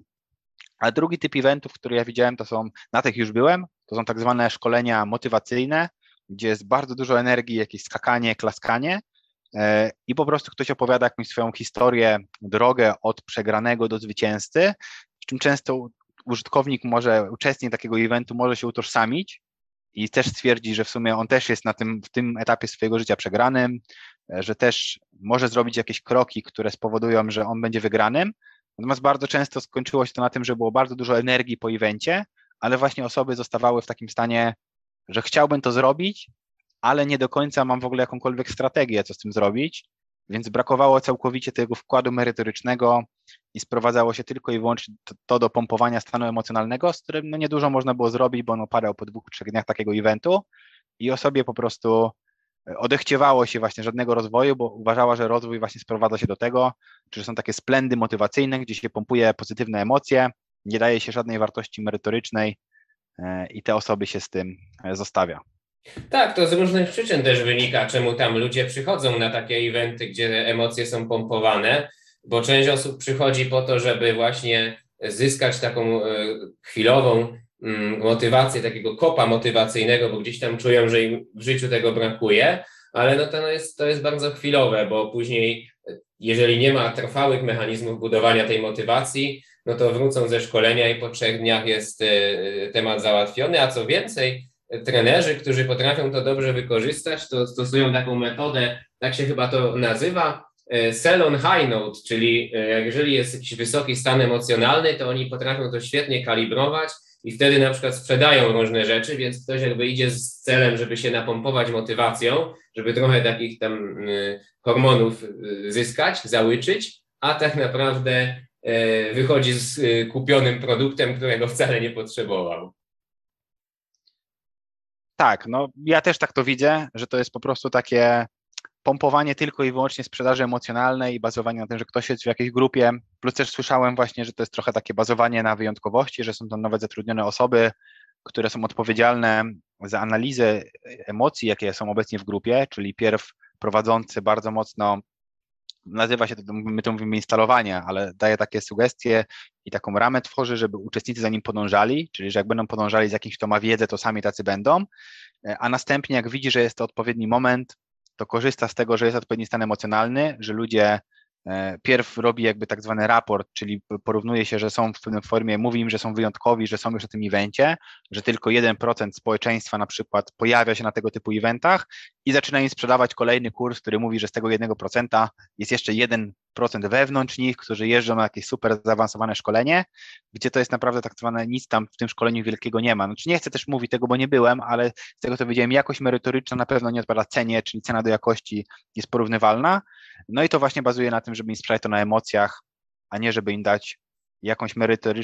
A drugi typ eventów, który ja widziałem, to są, na tych już byłem, to są tak zwane szkolenia motywacyjne, gdzie jest bardzo dużo energii, jakieś skakanie, klaskanie i po prostu ktoś opowiada jakąś swoją historię, drogę od przegranego do zwycięzcy, z czym często uczestnik takiego eventu może się utożsamić i też stwierdzi, że w sumie on też jest w tym etapie swojego życia przegranym, że też może zrobić jakieś kroki, które spowodują, że on będzie wygranym. Natomiast bardzo często skończyło się to na tym, że było bardzo dużo energii po evencie, ale właśnie osoby zostawały w takim stanie, że chciałbym to zrobić, ale nie do końca mam w ogóle jakąkolwiek strategię, co z tym zrobić, więc brakowało całkowicie tego wkładu merytorycznego i sprowadzało się tylko i wyłącznie to do pompowania stanu emocjonalnego, z którym no niedużo można było zrobić, bo on opadał po 2-3 dniach takiego eventu i osobie po prostu odechciewało się właśnie żadnego rozwoju, bo uważała, że rozwój właśnie sprowadza się do tego, że są takie splendy motywacyjne, gdzie się pompuje pozytywne emocje, nie daje się żadnej wartości merytorycznej i te osoby się z tym zostawia. Tak, to z różnych przyczyn też wynika, czemu tam ludzie przychodzą na takie eventy, gdzie emocje są pompowane. bo część osób przychodzi po to, żeby właśnie zyskać taką chwilową motywację, takiego kopa motywacyjnego, bo gdzieś tam czują, że im w życiu tego brakuje, ale no to jest bardzo chwilowe, bo później, jeżeli nie ma trwałych mechanizmów budowania tej motywacji, no to wrócą ze szkolenia i po 3 dniach jest temat załatwiony, a co więcej, trenerzy, którzy potrafią to dobrze wykorzystać, to stosują taką metodę, tak się chyba to nazywa, sell on high note, czyli jeżeli jest jakiś wysoki stan emocjonalny, to oni potrafią to świetnie kalibrować i wtedy na przykład sprzedają różne rzeczy, więc ktoś jakby idzie z celem, żeby się napompować motywacją, żeby trochę takich tam hormonów zyskać, załyczyć, a tak naprawdę wychodzi z kupionym produktem, którego wcale nie potrzebował. Tak, no ja też tak to widzę, że to jest po prostu takie pompowanie tylko i wyłącznie sprzedaży emocjonalnej i bazowanie na tym, że ktoś jest w jakiejś grupie, plus też słyszałem właśnie, że to jest trochę takie bazowanie na wyjątkowości, że są tam nawet zatrudnione osoby, które są odpowiedzialne za analizę emocji, jakie są obecnie w grupie, czyli pierw prowadzący bardzo mocno, nazywa się to, my to mówimy instalowanie, ale daje takie sugestie i taką ramę tworzy, żeby uczestnicy za nim podążali, czyli że jak będą podążali z jakimś, kto ma wiedzę, to sami tacy będą, a następnie jak widzi, że jest to odpowiedni moment, to korzysta z tego, że jest odpowiedni stan emocjonalny, że ludzie pierw robi jakby tak zwany raport, czyli porównuje się, że są w pewnej formie, mówi im, że są wyjątkowi, że są już na tym evencie, że tylko 1% społeczeństwa na przykład pojawia się na tego typu eventach i zaczyna im sprzedawać kolejny kurs, który mówi, że z tego 1% jest jeszcze 1% wewnątrz nich, którzy jeżdżą na jakieś super zaawansowane szkolenie, gdzie to jest naprawdę tak zwane, nic tam w tym szkoleniu wielkiego nie ma. Znaczy nie chcę też mówić tego, bo nie byłem, ale z tego co wiedziałem, jakość merytoryczna na pewno nie odpowiada cenie, czyli cena do jakości jest porównywalna. No i to właśnie bazuje na tym, żeby im sprzedać to na emocjach, a nie żeby im dać jakąś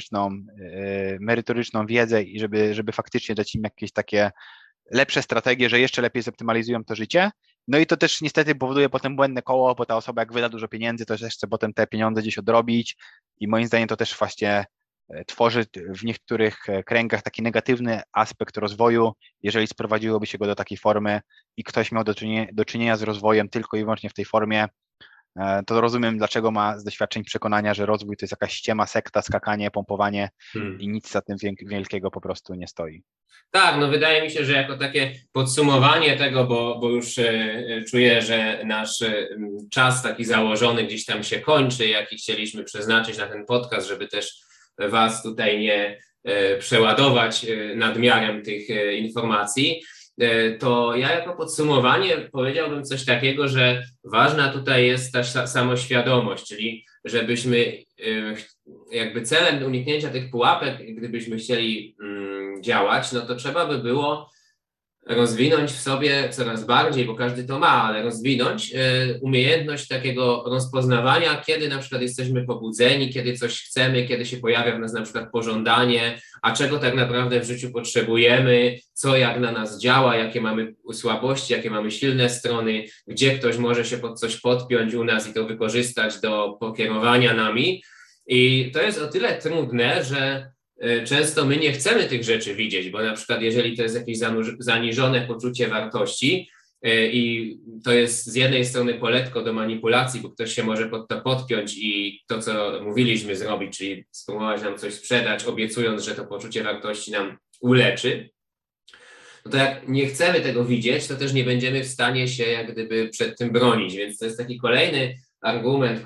merytoryczną wiedzę i żeby faktycznie dać im jakieś takie lepsze strategie, że jeszcze lepiej zoptymalizują to życie. No i to też niestety powoduje potem błędne koło, bo ta osoba jak wyda dużo pieniędzy, to też chce potem te pieniądze gdzieś odrobić i moim zdaniem to też właśnie tworzy w niektórych kręgach taki negatywny aspekt rozwoju, jeżeli sprowadziłoby się go do takiej formy i ktoś miał do czynienia z rozwojem tylko i wyłącznie w tej formie, to rozumiem, dlaczego ma z doświadczeń przekonania, że rozwój to jest jakaś ściema, sekta, skakanie, pompowanie i nic za tym wielkiego po prostu nie stoi. Tak, no wydaje mi się, że jako takie podsumowanie tego, bo już czuję, że nasz czas taki założony gdzieś tam się kończy, jaki chcieliśmy przeznaczyć na ten podcast, żeby też Was tutaj nie przeładować nadmiarem tych informacji, to ja jako podsumowanie powiedziałbym coś takiego, że ważna tutaj jest ta samoświadomość, czyli żebyśmy jakby celem uniknięcia tych pułapek, gdybyśmy chcieli działać, no to trzeba by było rozwinąć w sobie coraz bardziej, bo każdy to ma, ale rozwinąć umiejętność takiego rozpoznawania, kiedy na przykład jesteśmy pobudzeni, kiedy coś chcemy, kiedy się pojawia w nas na przykład pożądanie, a czego tak naprawdę w życiu potrzebujemy, co jak na nas działa, jakie mamy słabości, jakie mamy silne strony, gdzie ktoś może się pod coś podpiąć u nas i to wykorzystać do pokierowania nami. I to jest o tyle trudne, że często my nie chcemy tych rzeczy widzieć, bo na przykład jeżeli to jest jakieś zaniżone poczucie wartości i to jest z jednej strony poletko do manipulacji, bo ktoś się może pod to podpiąć i to, co mówiliśmy zrobić, czyli spróbować nam coś sprzedać, obiecując, że to poczucie wartości nam uleczy, no to jak nie chcemy tego widzieć, to też nie będziemy w stanie się jak gdyby przed tym bronić, więc to jest taki kolejny argument,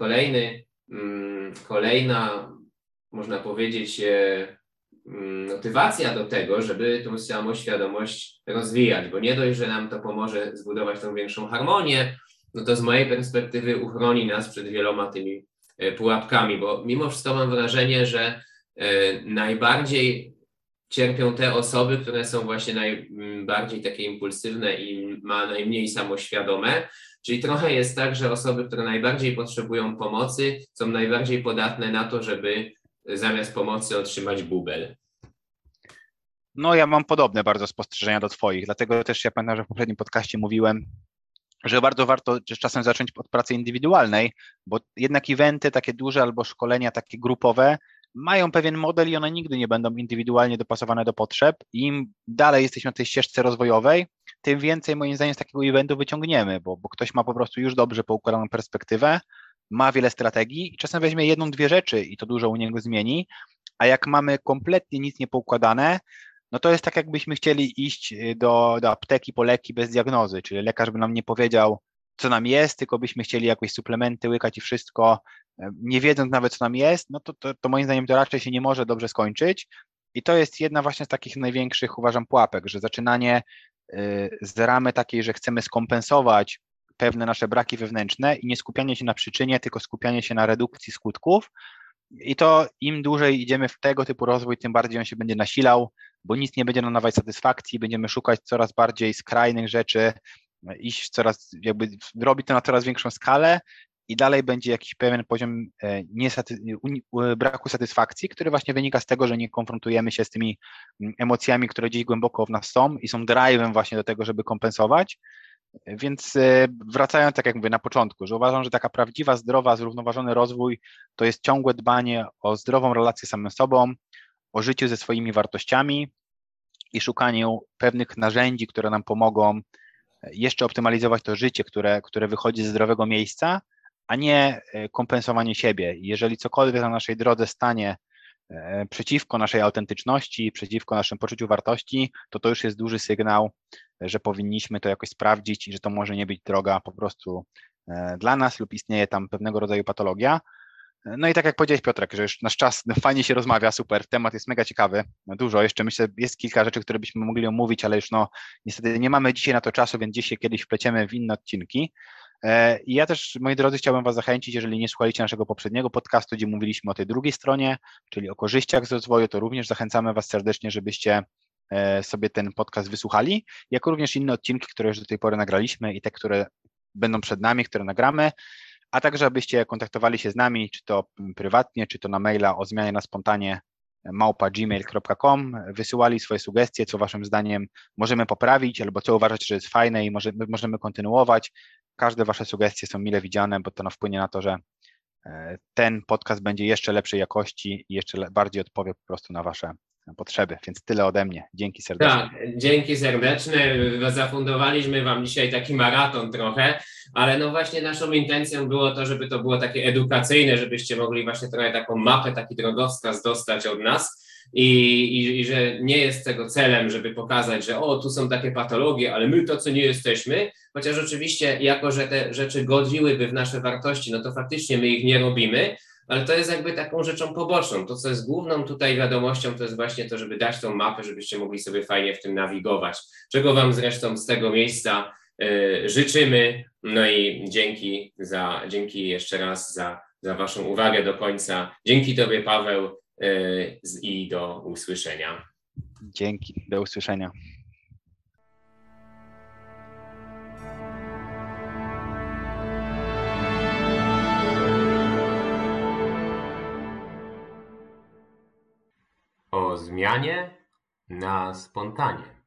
kolejna, można powiedzieć, motywacja do tego, żeby tą samoświadomość rozwijać, bo nie dość, że nam to pomoże zbudować tą większą harmonię, no to z mojej perspektywy uchroni nas przed wieloma tymi pułapkami, bo mimo wszystko mam wrażenie, że najbardziej cierpią te osoby, które są właśnie najbardziej takie impulsywne i ma najmniej samoświadome, czyli trochę jest tak, że osoby, które najbardziej potrzebują pomocy, są najbardziej podatne na to, żeby zamiast pomocy otrzymać bubel. No ja mam podobne bardzo spostrzeżenia do Twoich, dlatego też ja pamiętam, że w poprzednim podcaście mówiłem, że bardzo warto czasem zacząć od pracy indywidualnej, bo jednak eventy takie duże albo szkolenia takie grupowe mają pewien model i one nigdy nie będą indywidualnie dopasowane do potrzeb. Im dalej jesteśmy na tej ścieżce rozwojowej, tym więcej moim zdaniem z takiego eventu wyciągniemy, bo ktoś ma po prostu już dobrze poukładaną perspektywę, ma wiele strategii i czasem weźmie jedną, dwie rzeczy i to dużo u niego zmieni, a jak mamy kompletnie nic nie poukładane, no to jest tak, jakbyśmy chcieli iść do apteki po leki bez diagnozy, czyli lekarz by nam nie powiedział, co nam jest, tylko byśmy chcieli jakieś suplementy łykać i wszystko, nie wiedząc nawet, co nam jest, no to moim zdaniem to raczej się nie może dobrze skończyć. I to jest jedna właśnie z takich największych, uważam, pułapek, że zaczynanie z ramy takiej, że chcemy skompensować pewne nasze braki wewnętrzne i nie skupianie się na przyczynie, tylko skupianie się na redukcji skutków. I to im dłużej idziemy w tego typu rozwój, tym bardziej on się będzie nasilał, bo nic nie będzie nam dawać satysfakcji, będziemy szukać coraz bardziej skrajnych rzeczy, iść coraz, jakby robić to na coraz większą skalę i dalej będzie jakiś pewien poziom braku satysfakcji, który właśnie wynika z tego, że nie konfrontujemy się z tymi emocjami, które gdzieś głęboko w nas są i są drive'em właśnie do tego, żeby kompensować. Więc wracając, tak jak mówię na początku, że uważam, że taka prawdziwa, zdrowa, zrównoważony rozwój to jest ciągłe dbanie o zdrową relację z samym sobą, o życiu ze swoimi wartościami i szukaniu pewnych narzędzi, które nam pomogą jeszcze optymalizować to życie, które wychodzi ze zdrowego miejsca, a nie kompensowanie siebie. Jeżeli cokolwiek na naszej drodze stanie przeciwko naszej autentyczności, przeciwko naszym poczuciu wartości, to już jest duży sygnał, że powinniśmy to jakoś sprawdzić i że to może nie być droga po prostu dla nas lub istnieje tam pewnego rodzaju patologia. No i tak jak powiedziałeś, Piotrek, że już nasz czas, fajnie się rozmawia, super, temat jest mega ciekawy, dużo, jeszcze myślę, jest kilka rzeczy, które byśmy mogli omówić, ale już niestety nie mamy dzisiaj na to czasu, więc gdzieś się kiedyś wpleciemy w inne odcinki. I ja też, moi drodzy, chciałbym Was zachęcić, jeżeli nie słuchaliście naszego poprzedniego podcastu, gdzie mówiliśmy o tej drugiej stronie, czyli o korzyściach z rozwoju, to również zachęcamy Was serdecznie, żebyście sobie ten podcast wysłuchali, jak również inne odcinki, które już do tej pory nagraliśmy i te, które będą przed nami, które nagramy, a także abyście kontaktowali się z nami, czy to prywatnie, czy to na maila o zmianie na spontanie @gmail.com, wysyłali swoje sugestie, co Waszym zdaniem możemy poprawić, albo co uważacie, że jest fajne i możemy kontynuować. Każde Wasze sugestie są mile widziane, bo to wpłynie na to, że ten podcast będzie jeszcze lepszej jakości i jeszcze bardziej odpowie po prostu na Wasze potrzeby, więc tyle ode mnie. Dzięki serdecznie. Tak, dzięki serdeczne. Zafundowaliśmy Wam dzisiaj taki maraton trochę, ale no właśnie naszą intencją było to, żeby to było takie edukacyjne, żebyście mogli właśnie trochę taką mapę, taki drogowskaz dostać od nas i że nie jest tego celem, żeby pokazać, że tu są takie patologie, ale my tacy nie jesteśmy, chociaż oczywiście jako, że te rzeczy godziłyby w nasze wartości, no to faktycznie my ich nie robimy, ale to jest jakby taką rzeczą poboczną. To, co jest główną tutaj wiadomością, to jest właśnie to, żeby dać tą mapę, żebyście mogli sobie fajnie w tym nawigować. Czego Wam zresztą z tego miejsca życzymy. No i dzięki jeszcze raz za Waszą uwagę do końca. Dzięki Tobie, Paweł, i do usłyszenia. Dzięki, do usłyszenia. O zmianie na spontanie.